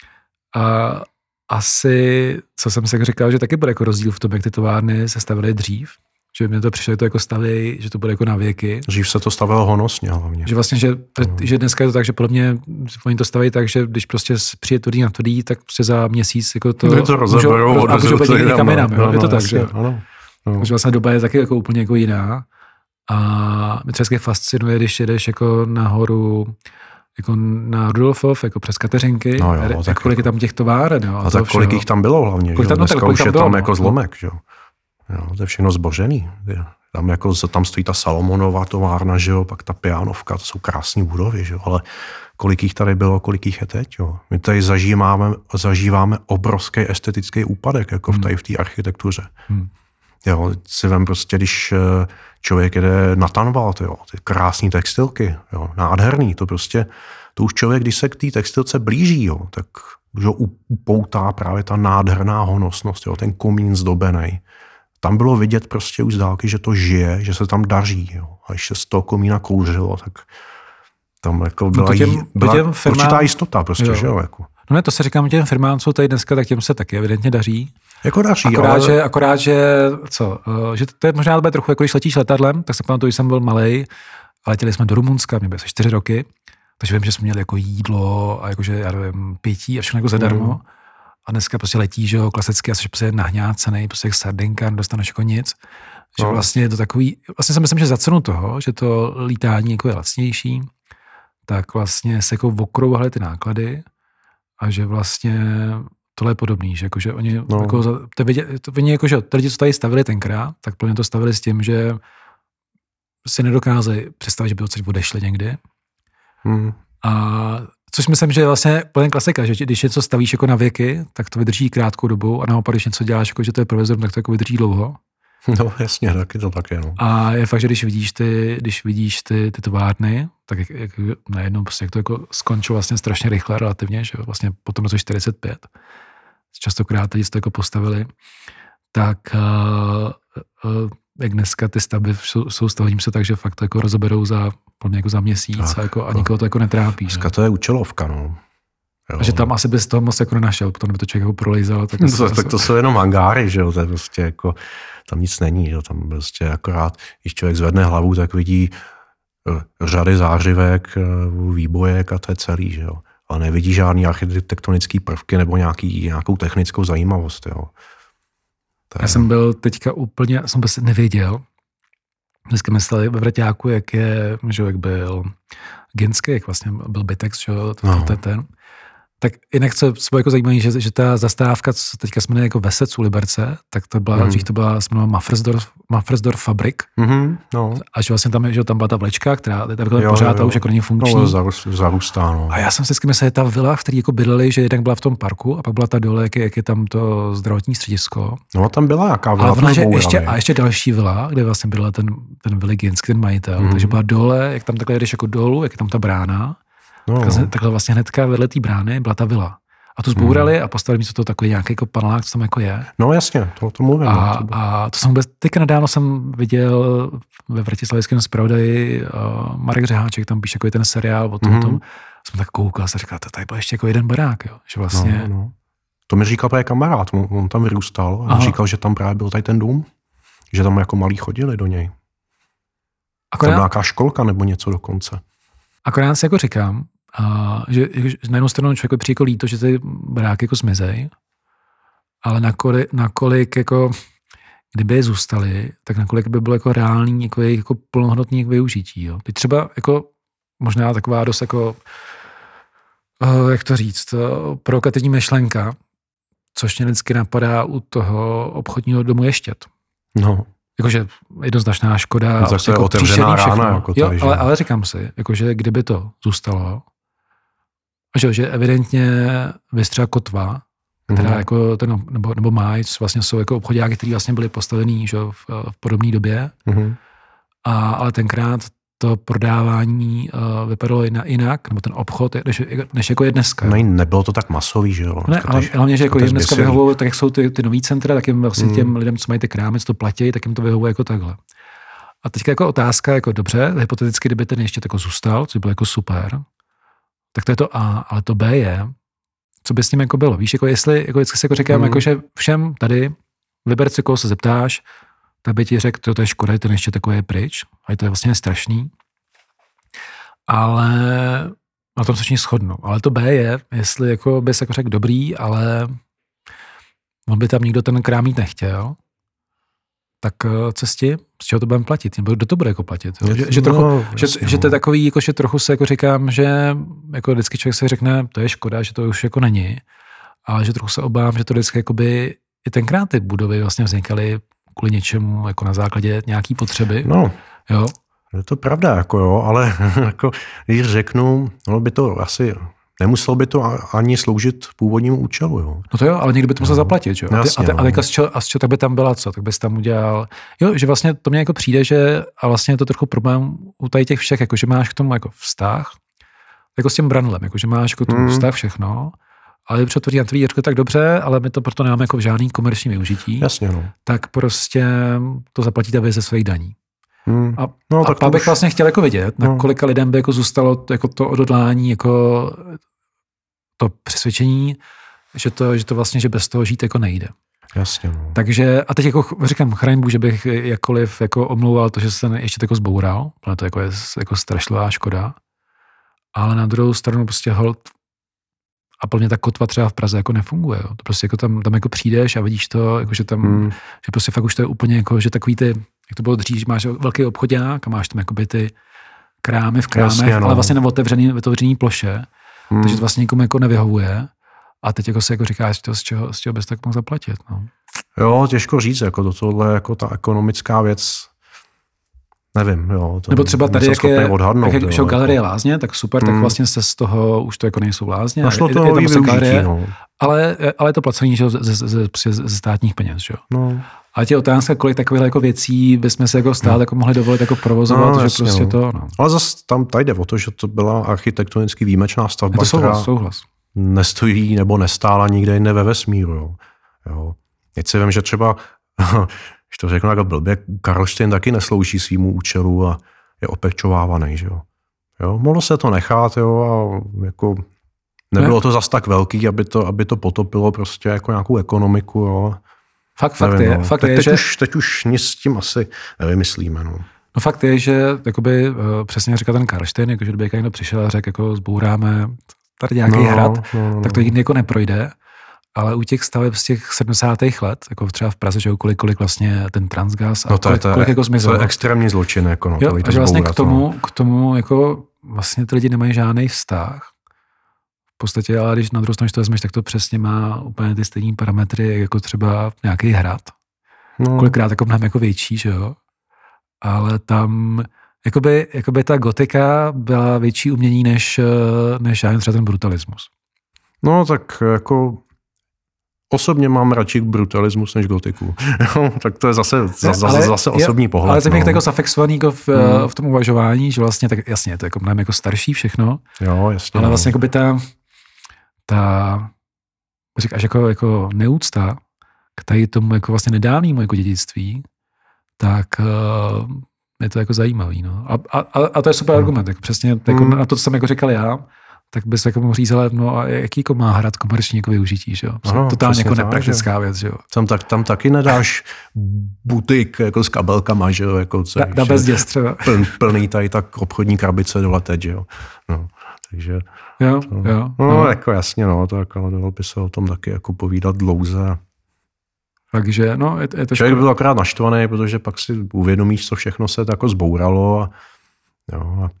A asi, co jsem si říkal, že taky bude jako rozdíl v tom, jak ty továrny se stavily dřív. Že mi to přišlo, že to jako staví, že to bude jako na věky. Dřív se to stavilo honosně hlavně. Že vlastně, že, no. že dneska je to tak, že podle mě oni to staví tak, že když prostě přijde tvrdý na tvrdý, tak prostě za měsíc jako to, to rozeberou a můžou být někam jinam. No, je to no, tak, jasně, že? Ano, no. Že vlastně doba je taky jako úplně jako jiná. A mě třeba fascinuje, když jedeš jako nahoru jako na Rudolfov, jako přes Kateřinky, no jo, tak kolik je tam těch továren. Jo, a, a tak kolik všeho. Jich tam bylo hlavně, kolik že? Tam, no, dneska už je bylo, tam no. jako zlomek, že jo. Jo, to je všechno zbořený. Tam, jako, tam stojí ta Salomonová továrna, že jo, pak ta Pianovka, to jsou krásné budovy, že jo, ale kolik jich tady bylo, kolik jich je teď, jo. My tady zažíváme, zažíváme obrovský estetický úpadek, jako hmm. v tady v té architektuře. Hmm. Jo, si vem prostě, když člověk jede na Tanvald, jo, ty krásné textilky, jo, nádherný, to prostě, to už člověk, když se k té textilce blíží, jo, tak že upoutá právě ta nádherná honosnost, jo, ten komín zdobený. Tam bylo vidět prostě už z dálky, že to žije, že se tam daří. Jo. A když se z toho komína kouřilo, tak tam jako byla, no těm, byla těm firmám, určitá jistota prostě, jo. Že jo, jako. No ne, to se říkám těm firmám, co tady dneska, tak těm se taky evidentně daří. Jako daří, akorát, ale... že, akorát, že, co, že to je možná trochu, jako když letíš letadlem, tak se pamatuju, když jsem byl malej, a letěli jsme do Rumunska, mě byly asi čtyři roky, takže vím, že jsme měli jako jídlo a jakože, já nevím, pití a všechno jako zadarmo. Mm. A dneska prostě letí, že jo, klasicky, a jsi prostě nahňácený, prostě jak sardinka, nedostaneš jako nic. Že no. Vlastně je to takový, vlastně si myslím, že za cenu toho, že to lítání jako je lacnější, tak vlastně se jako okrouhaly ty náklady a že vlastně tohle je podobný, že, jako, že oni, no. jako, to vidě, to vidě, jako, že ty lidi, co tady stavili tenkrát, tak plně to stavili s tím, že si nedokázali představit, že by odsaď odešli někdy. Hmm. A což myslím, že je vlastně plně klasika, že když něco stavíš jako na věky, tak to vydrží krátkou dobu a naopak, když něco děláš, jako, že to je provizor, tak to jako vydrží dlouho. No jasně, taky to také. No. A je fakt, že když vidíš ty, když vidíš ty, ty továrny, tak jak, jak najednou prostě, jak to jako skončilo vlastně strašně rychle relativně, že vlastně potom roce čtyřicet pět, častokrát lidi to jako postavili, tak uh, uh, jak dneska ty stavby jsou, jsou stavím se tak, že fakt to jako rozeberou za, jako za měsíc tak, a, jako, a nikoho to jako netrápí. Dneska to je účelovka, no. Jo. A že tam asi bys toho moc jako nenašel, potom by to člověk jako prolejzal. Tak, to, tak to jsou jenom hangáry, že jo, to je prostě jako, tam nic není, že jo, tam prostě akorát, když člověk zvedne hlavu, tak vidí řady zářivek, výbojek a to je celý, že jo. Ale nevidí žádný architektonický prvky nebo nějaký, nějakou technickou zajímavost, jo. Já jsem byl teďka úplně, jsem vůbec nevěděl, dneska mysleli ve Vraťáku, jak je, že jak byl Ginský, jak vlastně byl Bitex, že jo, no. ten, ten. Tak jinak co bylo jako zajímavé, že, že ta zastávka, co teďka jsme měli jako Vesec u Liberce, tak to byla, mm. dřív to byla, se jmenovala Mafrsdorf, Mafrsdorf Fabrik. Mm-hmm, no. A že vlastně tam, že tam byla ta vlečka, která je takhle pořád a už jako není funkční. No, zarůstá, no. A já jsem si vždycky myslel, že ta vila, v který jako bydleli, že jednak byla v tom parku a pak byla ta dole, jak je, jak je tam to zdravotní středisko. No tam byla jaká vila. A, že ještě, a ještě další vila, kde vlastně bydlel ten, ten Viliginský, ten majitel. Mm. Takže byla dole, jak tam takhle jdeš jako dolů, jak je tam ta brána. No. Takhle, takhle vlastně hnedka vedle té brány byla ta vila. A tu zbourali hmm. a postavili místo toho takový nějaký jako panelák, co tam jako je. No jasně, to, to mluvím. A, a to jsem vůbec, teďka nedávno jsem viděl ve Vratislavickém zpravodaji, uh, Marek Řeháček tam píše jako ten seriál o tom, hmm. tom jsem tak koukal a říkal, to tady byl ještě jako jeden barák, jo, že vlastně. No, no. To mi říkal právě kamarád, on, on tam vyrůstal a říkal, že tam právě byl tady ten dům, že tam jako malí chodili do něj. Akorát, tam nějaká školka nebo něco dokonce. Akorát si jako říkám, a že, že na jednu stranu člověk přijde jako líto, že ty baráky jako zmizej, ale nakolik, nakolik jako, kdyby je zůstali, tak nakolik by bylo jako reálný jako jejich jako plnohodnotný využití. Jo. Teď třeba jako možná taková dost jako, uh, jak to říct, uh, provokativní myšlenka, což mě vždycky napadá u toho obchodního domu Ještěd. No. Jakože jednoznačná škoda. No, tak to je jako otevřená rána. Jako jo, tady, ale, ale říkám si, jakože kdyby to zůstalo, že, že evidentně vystřela Kotva, která mm. jako ten, nebo, nebo Majc, vlastně jsou jako obchodáky, které vlastně byly postavený že, v, v podobné době. Mm. A, ale tenkrát to prodávání uh, vypadalo jinak, nebo ten obchod, než, než jako je dneska. No, nebylo to tak masový, že jo? Ne, ale hlavně, že jako jim dneska vyhovuje, tak jak jsou ty, ty nový centra, tak jim vlastně mm. těm lidem, co mají ty krámy, co to platí, tak jim to vyhovuje jako takhle. A teďka jako otázka, jako dobře, hypoteticky, kdyby ten ještě jako zůstal, což bylo jako super, tak to je to A, ale to B je, co by s ním jako bylo. Víš, jako jestli, jako vždycky si jako říkám, mm. jako, že všem tady v Liberci, koho se zeptáš, tak by ti řekl, to, to je škoda, ten ještě takový je pryč, a to je vlastně strašný. Ale na tom se všichni shodnou. Ale to B je, jestli jako bys jako řekl dobrý, ale on by tam nikdo ten krám mít nechtěl, tak cesti, z čeho to budeme platit? Nebo kdo to bude jako platit? Jo? Že, že, trochu, no, že, jasně, že to je takový, jako, že trochu se jako říkám, že jako vždycky člověk se řekne, to je škoda, že to už jako není, ale že trochu se obávám, že to vždycky jakoby, i tenkrát ty budovy vlastně vznikaly kvůli něčemu, jako na základě nějaký potřeby. No, jo. Je to pravda, jako jo, ale jako, když řeknu, no by to asi, nemuselo by to ani sloužit původnímu účelu, jo. No to jo, ale někdo by to musel no. zaplatit, jo. Jasně, a, te, a, teďka z čeho, a z čeho tak by tam byla co? Tak bys tam udělal, jo, že vlastně to mně jako přijde, že a vlastně je to trochu problém u tady těch všech, jako že máš k tomu jako vztah, jako s tím Brandlem, jako že máš jako tomu hmm. vztah všechno, ale když otvoří na tvý dveře, tak dobře, ale my to proto nemáme jako žádný komerční využití. Jasně, no. Tak prostě to zaplatíte vy ze svých daní. Hmm. A, no, a pak bych už... vlastně chtěl jako vidět, no. na kolika lidem by jako zůstalo jako to odhodlání, jako to přesvědčení, že to, že to vlastně, že bez toho žít jako nejde. Jasně, no. Takže, a teď jako říkám, chraň Bůh, že bych jakkoliv jako omlouval to, že se ještě jako zboural, protože to jako je jako strašlivá škoda, ale na druhou stranu prostě hold a plně ta kotva třeba v Praze jako nefunguje. Jo. To prostě jako tam, tam jako přijdeš a vidíš to, jako že tam, hmm. že prostě fakt už to je úplně jako, že takový ty, jak to bylo dřív, že máš velký obchodák a máš tam jakoby ty krámy v krámech, Jasně, no. ale vlastně na otevřený, otevřený ploše, hmm. takže to vlastně nikomu jako nevyhovuje. A teď jako si jako říkáš, to, z čeho, z čeho bys tak mohl zaplatit. No. Jo, těžko říct, jako to, tohle jako ta ekonomická věc, nevím, jo. To Nebo třeba tady, jak je, odhadnout, jak je galerie jako. Lázně, tak super, hmm. tak vlastně se z toho, už to jako nejsou Lázně. Našlo je, to je tam využití, galerie, no. ale, ale je to placení že, ze, ze, ze, ze státních peněz. Že? No. A tě otázka, kolik takových jako věcí bychom se jako stále no. jako mohli dovolit jako provozovat, no, že jasně, prostě no. to... No. Ale zase tam tady jde o to, že to byla architektonicky výjimečná stavba, to souhlas, která souhlas. nestojí nebo nestála nikde jinde ve vesmíru. Jo. Jo. Teď si vím, že třeba, když to řeknu jako blbě, Karlštejn taky neslouží svýmu účelu a je opečovávaný. Že jo. Jo. Mohlo se to nechat, jo, a jako nebylo to zas tak velký, aby to, aby to potopilo prostě jako nějakou ekonomiku. Jo. Fakt, fakt Nevím, je, no. fakt Te, je teď, že... už, teď už nic s tím asi nevymyslíme. No. No fakt je, že jakoby, uh, přesně říká ten Karlštejn, jako, že kdyby někdo přišel a řekl, jako zbouráme tady nějaký no, hrad, no, no, tak to nikdy jako neprojde. Ale u těch staveb z těch sedmdesátých let, jako třeba v Praze, že kolik, kolik vlastně ten Transgas a no to kolik, je, to kolik jako zmizelo. To je extrémní zločin. Jako no, jo, to že vlastně zbourat, k tomu, no. k tomu jako vlastně ty lidi nemají žádný vztah. V podstatě, ale když na druhou stranu to vezmeš, tak to přesně má úplně ty stejné parametry, jako třeba nějaký hrad. No. Kolikrát jako mnohem jako větší, že jo. Ale tam jakoby, jakoby ta gotika byla větší umění než, než třeba ten brutalismus. No tak jako osobně mám radši brutalismus než gotiku. Tak to je zase, zase, ale, zase osobní pohled. Ale jsem no. jako jako zafixovaný jako v, hmm. v tom uvažování, že vlastně tak jasně, to je jako mnohem jako starší všechno. Jo, jasně. Ale no. vlastně jako by ta, ta říkáš jako, jako neúcta k tady tomu jako vlastně nedávnému jako dědictví, tak uh, je to jako zajímavý. No. A, a, a to je super hmm. argument. Jako přesně jako hmm. na to, co jsem jako říkal já, tak bys jako mohl říct, ale no a jaký jako má hrad komerční jako využití, že jo? Ano, totálně jako nepraktická věc, že jo? Tam, tak, tam taky nedáš butik jako s kabelkama, že jo? Jako, na, na bezděs třeba. Pln, plný tady tak obchodní krabice doletět, že jo? No, takže... Jo, to, jo. No, no. jako jasně, no, tak ale dalo by se o tom taky jako povídat dlouze. Takže, no, je, je to člověk byl akorát naštvaný, protože pak si uvědomíš, co všechno se jako zbouralo a jo, a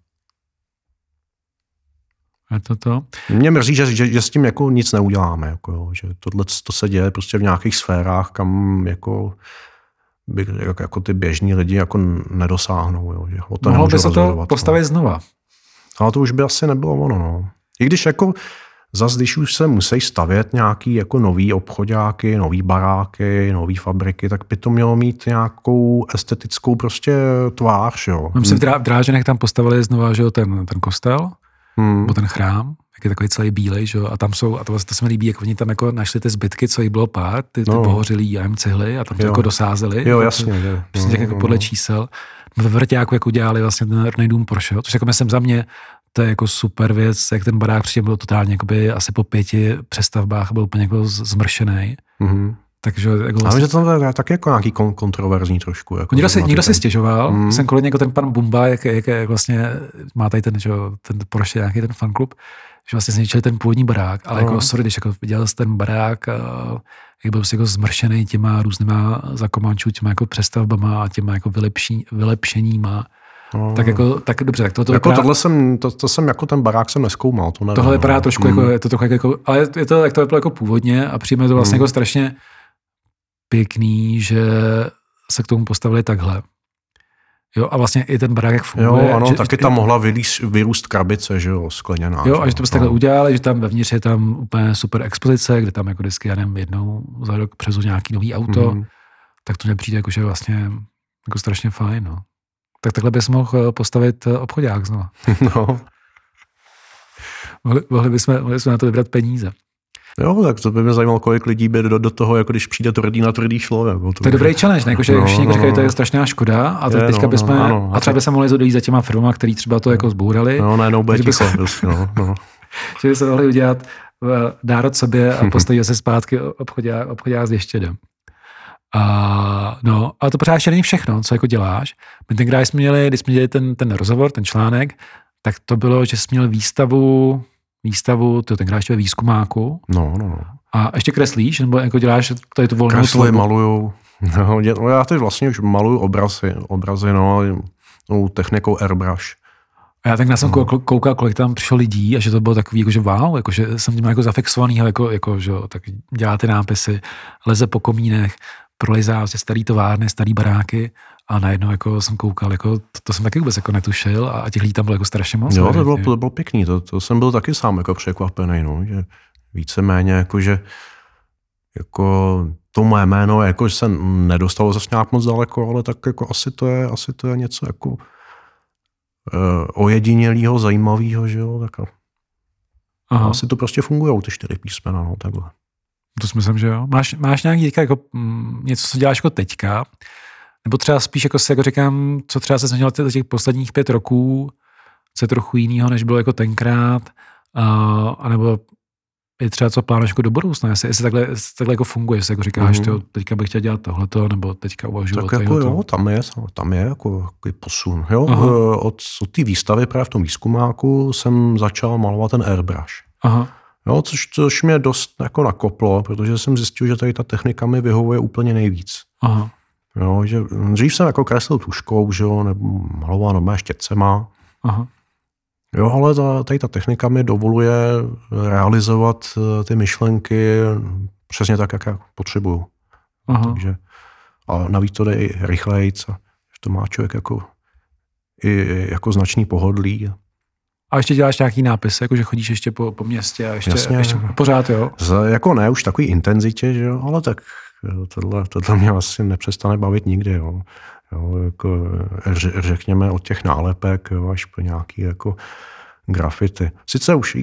je to to? Mě mrzí, že, že, že s tím jako nic neuděláme, jako jo, že tohle to se děje prostě v nějakých sférách, kam jako, by, jako, jako ty běžní lidi jako nedosáhnou. Jo, že to mohlo by se to postavit no. znova. Ale to už by asi nebylo ono. No. I když jako zas, když už se musí stavět nějaký jako nový obchodáky, nový baráky, nový fabriky, tak by to mělo mít nějakou estetickou prostě tvář. Jo. Myslím, v Drážďanech tam postavili znova že, ten, ten kostel, Hmm. nebo ten chrám, jak je takový celý bílej, že? A tam jsou, a to, to se mi líbí, jak oni tam jako našli ty zbytky, co jich bylo pár, ty, ty no. pohořilý já jim cihly a tam to jo. jako dosázeli. Jo, jasně. Jo. Přesně jako podle čísel. Ve Vrťáku jako dělali vlastně ten rodný dům Porsche, což jako myslím za mě, to je jako super věc, jak ten barák předtím byl totálně jakoby asi po pěti přestavbách byl úplně jako zmršený. Mm-hmm. Takže jako vlastně... Ale že to je taky jako nějaký kontroverzní trošku. Jako někdo si, někdo si stěžoval, mm. jsem kolem jako ten pan Bumba, jak, jak, jak vlastně má tady ten, že, ten Porsche, nějaký ten fanklub, že vlastně zničili ten původní barák, ale no. jako sorry, když jako viděl jsi ten barák, jak byl jako zmršený těma různýma zakomančů, těma jako přestavbama a těma jako vylepší, vylepšeníma. No. Tak jako, tak dobře, tak to, to jako vypadá... tohle jsem, to, to jsem jako ten barák jsem nezkoumal, to nevím. Tohle vypadá no. trošku mm. jako, je to trochu jako, ale je to, jak to vypadalo jako původně a přijme to vlastně mm. jako strašně pěkný, že se k tomu postavili takhle. Jo, a vlastně i ten barák jak funguje. Jo, ano, že, taky tam mohla vylíz, vyrůst krabice, že jo, skleněná. Jo, a že to byste takhle no. udělali, že tam vevnitř je tam úplně super expozice, kde tam jako vždycky, já nevím, jednou za rok přezu nějaký nový auto, mm. tak to nepřijde jako, že vlastně jako strašně fajn, no. Tak takhle bys mohl postavit obchodák znova. No. mohli, mohli, bychom, mohli bychom na to vybrat peníze. Jo, tak to by mě zajímalo, kolik lidí by do, do toho, jako když přijde tvrdý na tvrdý člověk. To, to je dobrý challenge, ne? Jako, že no, všichni no, říkají, že to je strašná škoda a to je, teďka no, bychom, no, ano, a třeba by se mohli dojít za těma firmama, který třeba to jako zbourali. No, najednou bude ticho. Se, no, no. Že by se mohli udělat národ sobě a postavit se zpátky obchodák, obchodák s věštědem. A, no, ale to pořád ještě není všechno, co jako děláš. My tenkrát jsme měli, když jsme dělali ten, ten rozhovor, ten článek, tak to bylo, že jsi měl výstavu, výstavu, to tenkrát ještě ve výzkumáku. No, no, no. A ještě kreslíš, nebo jako děláš tady tu volnou Kresly, tvorbu? Maluju. No, dě, no, já teď vlastně už maluju obrazy, obrazy, no, no technikou airbrush. A já tak na jsem no. koukal, kolik tam přišlo lidí a že to bylo takový, jakože wow, jakože jsem tím jako zafixovanýho, jako, jako, že tak dělá ty nápisy, leze po komínech, prolejzá se starý továrny, starý baráky a najednou jako jsem koukal, jako, to, to jsem taky vůbec jako netušil a těch lidí tam bylo jako strašně moc. Jo, to bylo, to bylo pěkný, to, to jsem byl taky sám jako překvapený, no, že víceméně jakože jako to moje jméno jako se nedostalo zase nějak moc daleko, ale tak jako asi to je, asi to je něco jako uh, ojedinělýho, zajímavého, že jo, tak a asi to prostě fungujou ty čtyři písmena, no, takhle. To si myslím, že jo. Máš, máš nějaký teďka jako mm, něco, co děláš jako teďka? Nebo třeba spíš jako si jako říkám, co třeba se změnilo za těch posledních pět roků, co je trochu jinýho, než bylo jako tenkrát, uh, anebo je třeba co plánuješ jako do budoucna, jestli, jestli takhle, jestli takhle jako funguje, jestli jako říkáš, mm. tyjo, teďka bych chtěl dělat tohleto, nebo teďka uvažuji. Tak jako jo, tam je, tam je jako posun. Jo? Od, od té výstavy právě v tom výzkumáku jsem začal malovat ten airbrush. Aha. Jo, což, což mě dost jako nakoplo, protože jsem zjistil, že tady ta technika mi vyhovuje úplně nejvíc. Aha. Jo, že dřív jsem jako kreslil tuškou, že jo, nebo maloval normálně štětcema. Aha. Jo, ale ta, tady ta technika mi dovoluje realizovat ty myšlenky přesně tak, jak já potřebuju. Aha. Takže, a navíc to jde i rychlejc, a to má člověk jako, i, jako značný pohodlí. A ještě děláš nějaký nápis, jako že chodíš ještě po, po městě a ještě, ještě pořád, jo? Z, jako ne už takový intenzitě, že jo, ale tak tohle, tohle mě asi nepřestane bavit nikdy, jo. Jo, jako, řekněme od těch nálepek, jo, až po nějaký jako grafity. Sice už,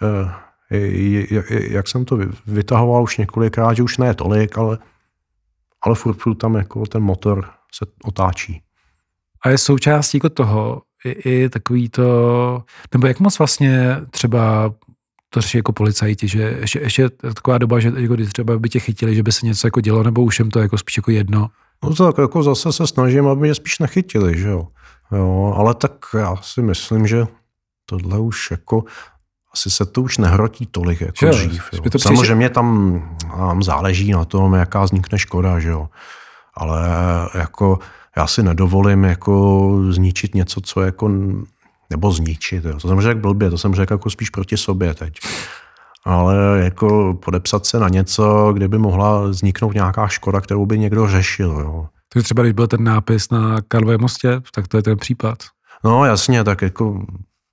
jak jsem to vytahoval už několikrát, že už ne tolik, ale, ale furt, furt tam jako ten motor se otáčí. A je součástí jako toho i, i takový to, nebo jak moc vlastně třeba to řeší jako policajti, že ještě, ještě taková doba, že jako když třeba by tě chytili, že by se něco jako dělo, nebo už jim to jako spíš jako jedno? No tak jako zase se snažím, aby mě spíš nechytili, že jo. Jo, ale tak já si myslím, že tohle už jako, asi se to už nehrotí tolik jako jo, dřív. Jo. To samozřejmě tam, tam záleží na tom, jaká vznikne škoda, že jo. Ale jako já si nedovolím jako zničit něco, co jako, nebo zničit, jo. To jsem řekl blbě, to jsem řekl jako spíš proti sobě teď. Ale jako podepsat se na něco, kde by mohla vzniknout nějaká škoda, kterou by někdo řešil. Jo. Takže třeba, když byl ten nápis na Karlově mostě, tak to je ten případ. No jasně, tak jako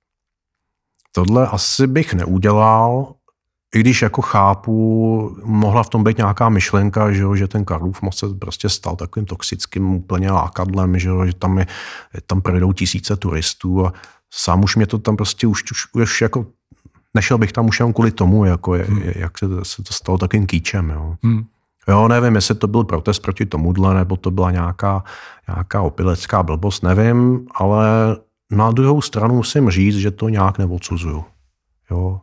tohle asi bych neudělal, i když jako chápu, mohla v tom být nějaká myšlenka, že, jo, že ten Karlův most se prostě stal takovým toxickým úplně lákadlem, že, jo, že tam, je, tam projdou tisíce turistů a sám už mě to tam prostě už, už, už jako nešel bych tam už jenom kvůli tomu, jako je, hmm. jak se, se to stalo takým kýčem. Jo. Hmm. jo, nevím, jestli to byl protest proti tomuhle, nebo to byla nějaká, nějaká opilecká blbost, nevím, ale na druhou stranu musím říct, že to nějak neodsuzuju. Jo.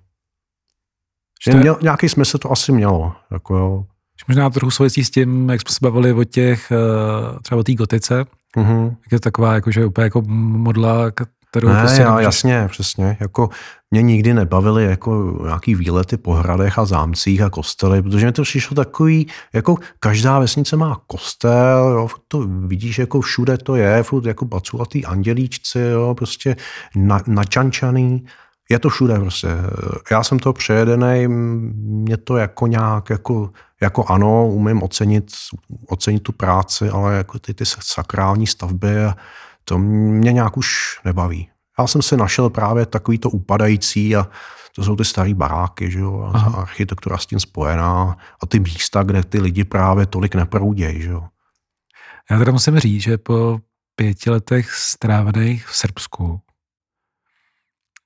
Že měl, nějaký smysl to asi mělo. Jako jo. Možná trochu souvisí s tím, jak jsme se bavili o těch, třeba o té gotice, mm-hmm. jak je taková jakože úplně jako modla, kterou ne, prostě já, nemůžeš... jasně, přesně. Jako mě nikdy nebavily jako nějaký výlety po hradech a zámcích a kostely, protože mi to přišlo takový, jako každá vesnice má kostel, jo, to vidíš, jako všude to je, furt jako baculatý andělíčci, jo, prostě na, načančaný. Je to všude prostě. Já jsem to přejedenej, mě to jako nějak, jako, jako ano, umím ocenit, ocenit tu práci, ale jako ty, ty sakrální stavby, to mě nějak už nebaví. Já jsem si našel právě takový to upadající a to jsou ty starý baráky, že jo, a architektura s tím spojená a ty místa, kde ty lidi právě tolik neproudějí, že jo. Já teda musím říct, že po pěti letech strávených v Srbsku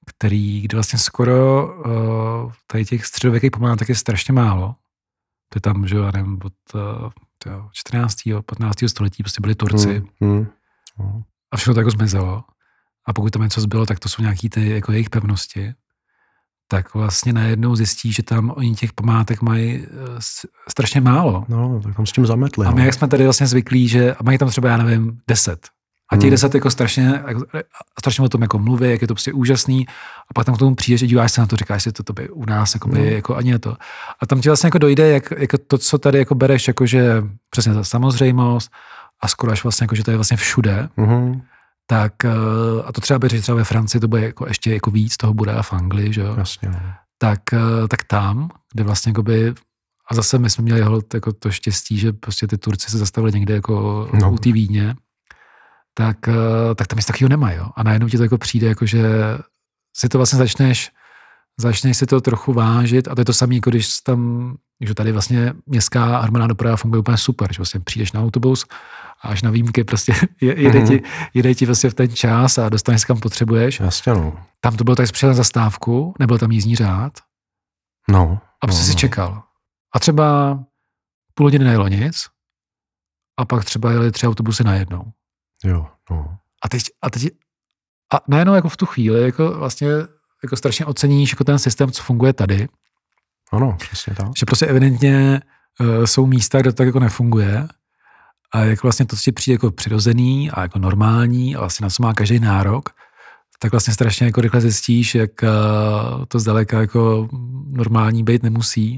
který, kde vlastně skoro uh, tady těch středověkých památek je strašně málo. To je tam, že já nevím, od uh, čtrnáctého patnáctého století prostě byli Turci. Hmm. Hmm. A všechno to jako zmizelo. A pokud tam něco zbylo, tak to jsou nějaký ty jako jejich pevnosti. Tak vlastně najednou zjistí, že tam oni těch památek mají strašně málo. No, tak tam s tím zametli. A my, no. jak jsme tady vlastně zvyklí, že mají tam třeba, já nevím, deset. A těch hmm. deset jako strašně, strašně o tom jako mluví, jak je to prostě úžasný. A pak tam k tomu přijdeš a díváš se na to, říkáš si, to, to by u nás jako by, no. jako ani to. A tam ti vlastně jako dojde, jak, jako to, co tady jako bereš, jakože přesně ta samozřejmost a skoro až vlastně, jako, že to je vlastně všude. Hmm. Tak, a to třeba by třeba ve Francii, to bude jako ještě jako víc, toho bude a v Anglii, že jo. Jasně, no. Tak, tak tam, kde vlastně jakoby, a zase my jsme měli jako to štěstí, že prostě ty Turci se zastavili někde jako no. u té Vídně, tak, tak tam nic takového nemají, jo. A najednou ti to jako přijde, jako že si to vlastně začneš, začneš si to trochu vážit a to je to samé, jako když tam, že tady vlastně městská hromadná doprava funguje úplně super, že vlastně přijdeš na autobus a až na výjimky prostě jede, mm-hmm. ti, jede ti vlastně v ten čas a dostaneš se kam potřebuješ. Jasně, no. Tam to bylo tak přijel zastávku, nebyl tam jízdní řád. No. A prostě no, si no. čekal. A třeba půl hodiny nejelo nic a pak třeba jeli tři autobusy najednou. Jo, no. A teď, a teď a najednou jako v tu chvíli jako vlastně jako strašně oceníš jako ten systém, co funguje tady. Ano, přesně tak. Že prostě evidentně uh, jsou místa, kde to tak jako nefunguje a jak vlastně to, co ti přijde jako přirozený a jako normální a vlastně na co má každý nárok, tak vlastně strašně jako rychle zjistíš, jak uh, to zdaleka jako normální být nemusí.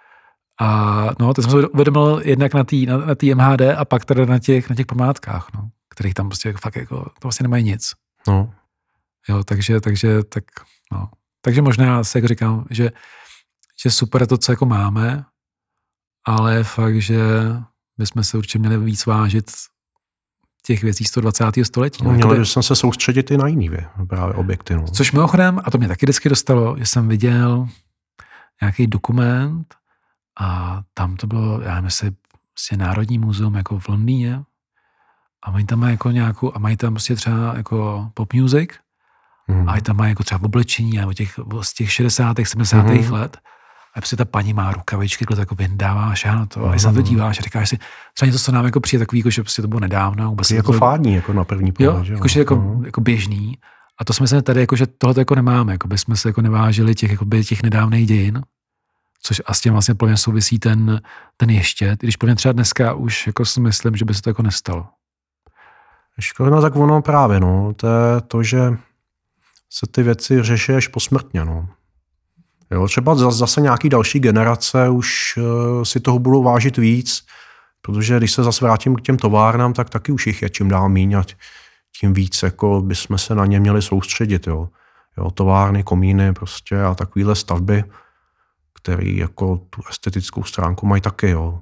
A no, to jsem se uvědomil jednak na té na, na M H D a pak teda na těch, na těch památkách, no, kterých tam prostě fakt jako, to vlastně nemají nic. No. Jo, takže, takže, tak, no. Takže možná se jako říkám, že, že super to, co jako máme, ale fakt, že bychom se určitě měli víc vážit těch věcí z toho dvacátého století. No, měli bychom se soustředit i na jiný vě, právě objekty. No. Což mimochodem, a to mě taky vždycky dostalo, že jsem viděl nějaký dokument a tam to bylo, já nevím, jestli prostě Národní muzeum jako v Londýně a mají tam jako nějakou, a mají tam prostě třeba jako pop music mm. a tam mají jako třeba oblečení a těch, z těch šedesátých, sedmdesátých mm. let a prostě ta paní má rukavičky, to jako vyndáváš a na to, a když se na to díváš a říkáš si, třeba něco, co nám jako přijde takový, jako, že prostě to bylo nedávno. Vůbec jako to, fádní, jako na první pohled. Jo, jakože jako, uh-huh. jako běžný. A to jsme se tady, jako, že tohle jako nemáme, jako by jsme se jako nevážili těch, jako by těch nedávných dějin, což a s tím vlastně plně souvisí ten, ten ještě, když plně třeba dneska už jako si myslím, že by se to jako nestalo. Škoda, no tak ono právě, no, to je to, že se ty věci řeší až posmrtně, no. Jo, třeba zase nějaký další generace už uh, si toho budou vážit víc, protože když se zase vrátím k těm továrnám, tak taky už jich je čím dál míň a tím víc jako bychom se na ně měli soustředit. Jo. Jo, továrny, komíny prostě a takovéhle stavby, které jako tu estetickou stránku mají taky. Jo.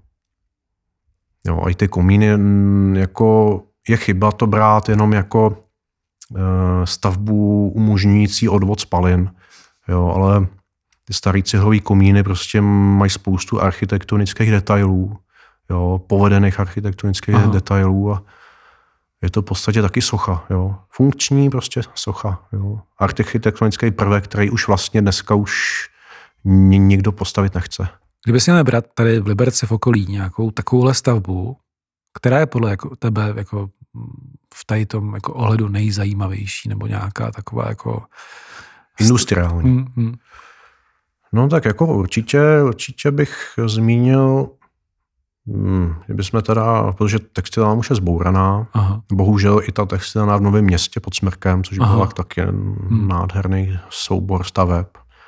Jo, a i ty komíny, jako je chyba to brát jenom jako uh, stavbu umožňující odvod spalin, jo, ale ty starý cihlový komíny prostě mají spoustu architektonických detailů, jo, povedených architektonických Aha. detailů a je to v podstatě taky socha, jo. Funkční prostě socha, jo. Architektonický prvek, který už vlastně dneska už nikdo postavit nechce. Kdyby si měl brát tady v Liberci v okolí nějakou takovouhle stavbu, která je podle jako tebe jako v tady tom jako ohledu nejzajímavější, nebo nějaká taková jako industriální. Hmm, hmm. No tak jako určitě, určitě bych zmínil, hmm, kdybychom teda, protože textilná už je zbouraná, Aha. bohužel i ta textilná v Novém Městě pod Smrkem, což byl taky hmm. nádherný soubor staveb.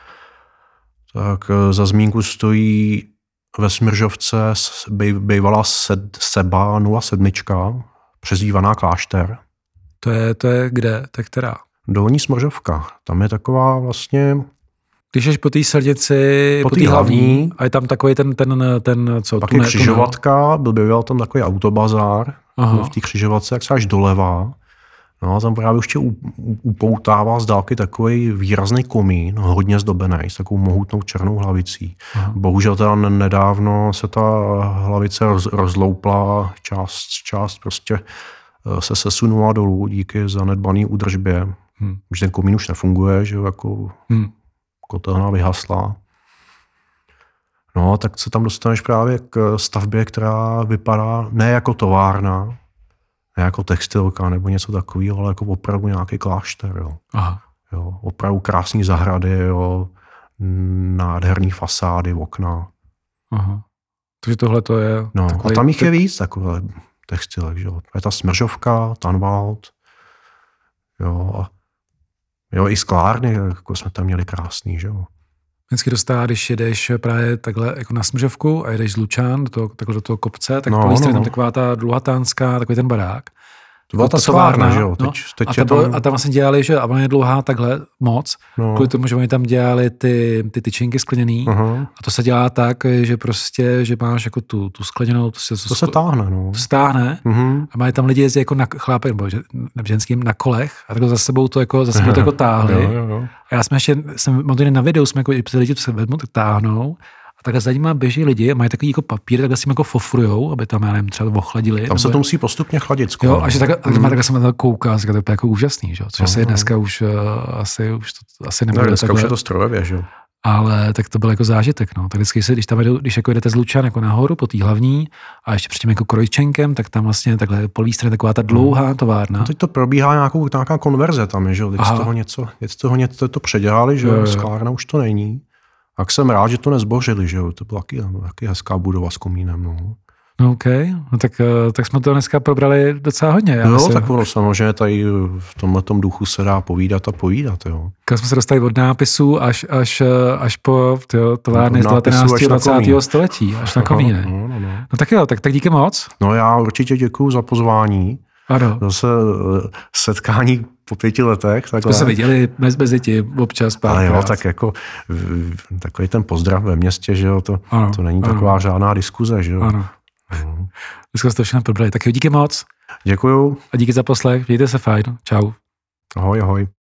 Tak za zmínku stojí ve Smržovce bývalá Seba nula sedm, přezdívaná Klášter. To je, to je kde? To je která? Dolní Smržovka. Tam je taková vlastně... Když ješ po té silnici, po, po té hlavní, hlavní, a je tam takový ten, ten, ten co? Pak je křižovatka, byl býval tam takový autobazár, Aha. v té křižovatce, jak se až doleva. No a tam právě ještě upoutává z dálky takový výrazný komín, hodně zdobený, s takovou mohutnou černou hlavicí. Aha. Bohužel teda nedávno se ta hlavice roz, rozloupla, část, část prostě se sesunula dolů díky zanedbaný údržbě. Hmm. Už ten komín už nefunguje, že jo, jako hmm. kotelna vyhasla. No, tak se tam dostaneš právě k stavbě, která vypadá ne jako továrna, ne jako textilka nebo něco takového, ale jako opravdu nějaký klášter. Jo. Aha. Jo, opravdu krásný zahrady, jo, nádherný fasády, okna. Aha. Takže tohle to je... No, takový... a tam jich je víc takové textilek. Že jo. Je ta Smržovka, Tanvald, jo, a jo, i sklárny, jako jsme tam měli krásný, že jo. Vždycky dostává, když jedeš právě takhle jako na Smržovku a jedeš z Lučan do toho, takhle do toho kopce, tak no, po no, no, no. tam taková ta dlouhatánská, takový ten barák. To byla ta sklárna, že jo. Teď, no. teď a, ta tam... byl, a tam vlastně dělali, že a ona je dlouhá takhle moc, no. kvůli tomu, že oni tam dělali ty, ty tyčinky skleněný. Uh-huh. A to se dělá tak, že prostě, že máš jako tu, tu skleněnou, to se, to to se táhne, no. To se táhne uh-huh. a mají tam lidi jezdí jako na chlápek, nebo na ženským na kolech a takhle za sebou to jako, za sebou to jako táhli. jo, jo, jo. A já jsme ještě, jsem montovali na videu, jsme jako, že lidi to se vezmou, tak táhnou. A takhle za nimi běží lidi a mají takový jako papír, takhle si jim jako fofrujou, aby tam, já nevím, třeba ochladili. Tam se nebo... to musí postupně chladit skoro. Jo, a že takhle, mm. takhle jsem na to koukal, to je jako úžasný, že? Což no, asi no. dneska už uh, asi, už to asi nebude ne, dneska takhle. už je to strojově, že jo. Ale tak to byl jako zážitek, no. Tak vždycky se, když tam jdu, když jako jdete z Lučan jako nahoru po té hlavní a ještě před tím jako Krojčenkem, tak tam vlastně takhle po straně taková ta dlouhá továrna. No teď to probíhá nějakou, nějaká konverze tam, že jo. Teď z toho něco, teď z toho něco to předělali, že jo, sklárna už to není. Tak jsem rád, že to nezbořili, že jo, to byla taky, taky hezká budova s komínem, no. No OK, no tak, tak jsme to dneska probrali docela hodně. Já jo, myslím. tak ono samozřejmě tady v tomhletom duchu se dá povídat a povídat, jo. Když jsme se dostali od nápisů až, až, až po tyjo, továrny z devatenáctého dvacátého století, až na komíny. No, no, no. no tak jo, tak, tak díky moc. No já určitě děkuju za pozvání. Ano. Zase setkání po pěti letech. Takhle. Jsme se viděli mezi, mezi tím občas pár Ale jo, krát. tak jako takový ten pozdrav ve městě, že jo, to, ano, to není ano. taková žádná diskuze, že jo. Ano. No. Dneska jste to všechno probrali. Tak jo, díky moc. Děkuju. A díky za poslech. Mějte se fajn. Čau. Ahoj, ahoj.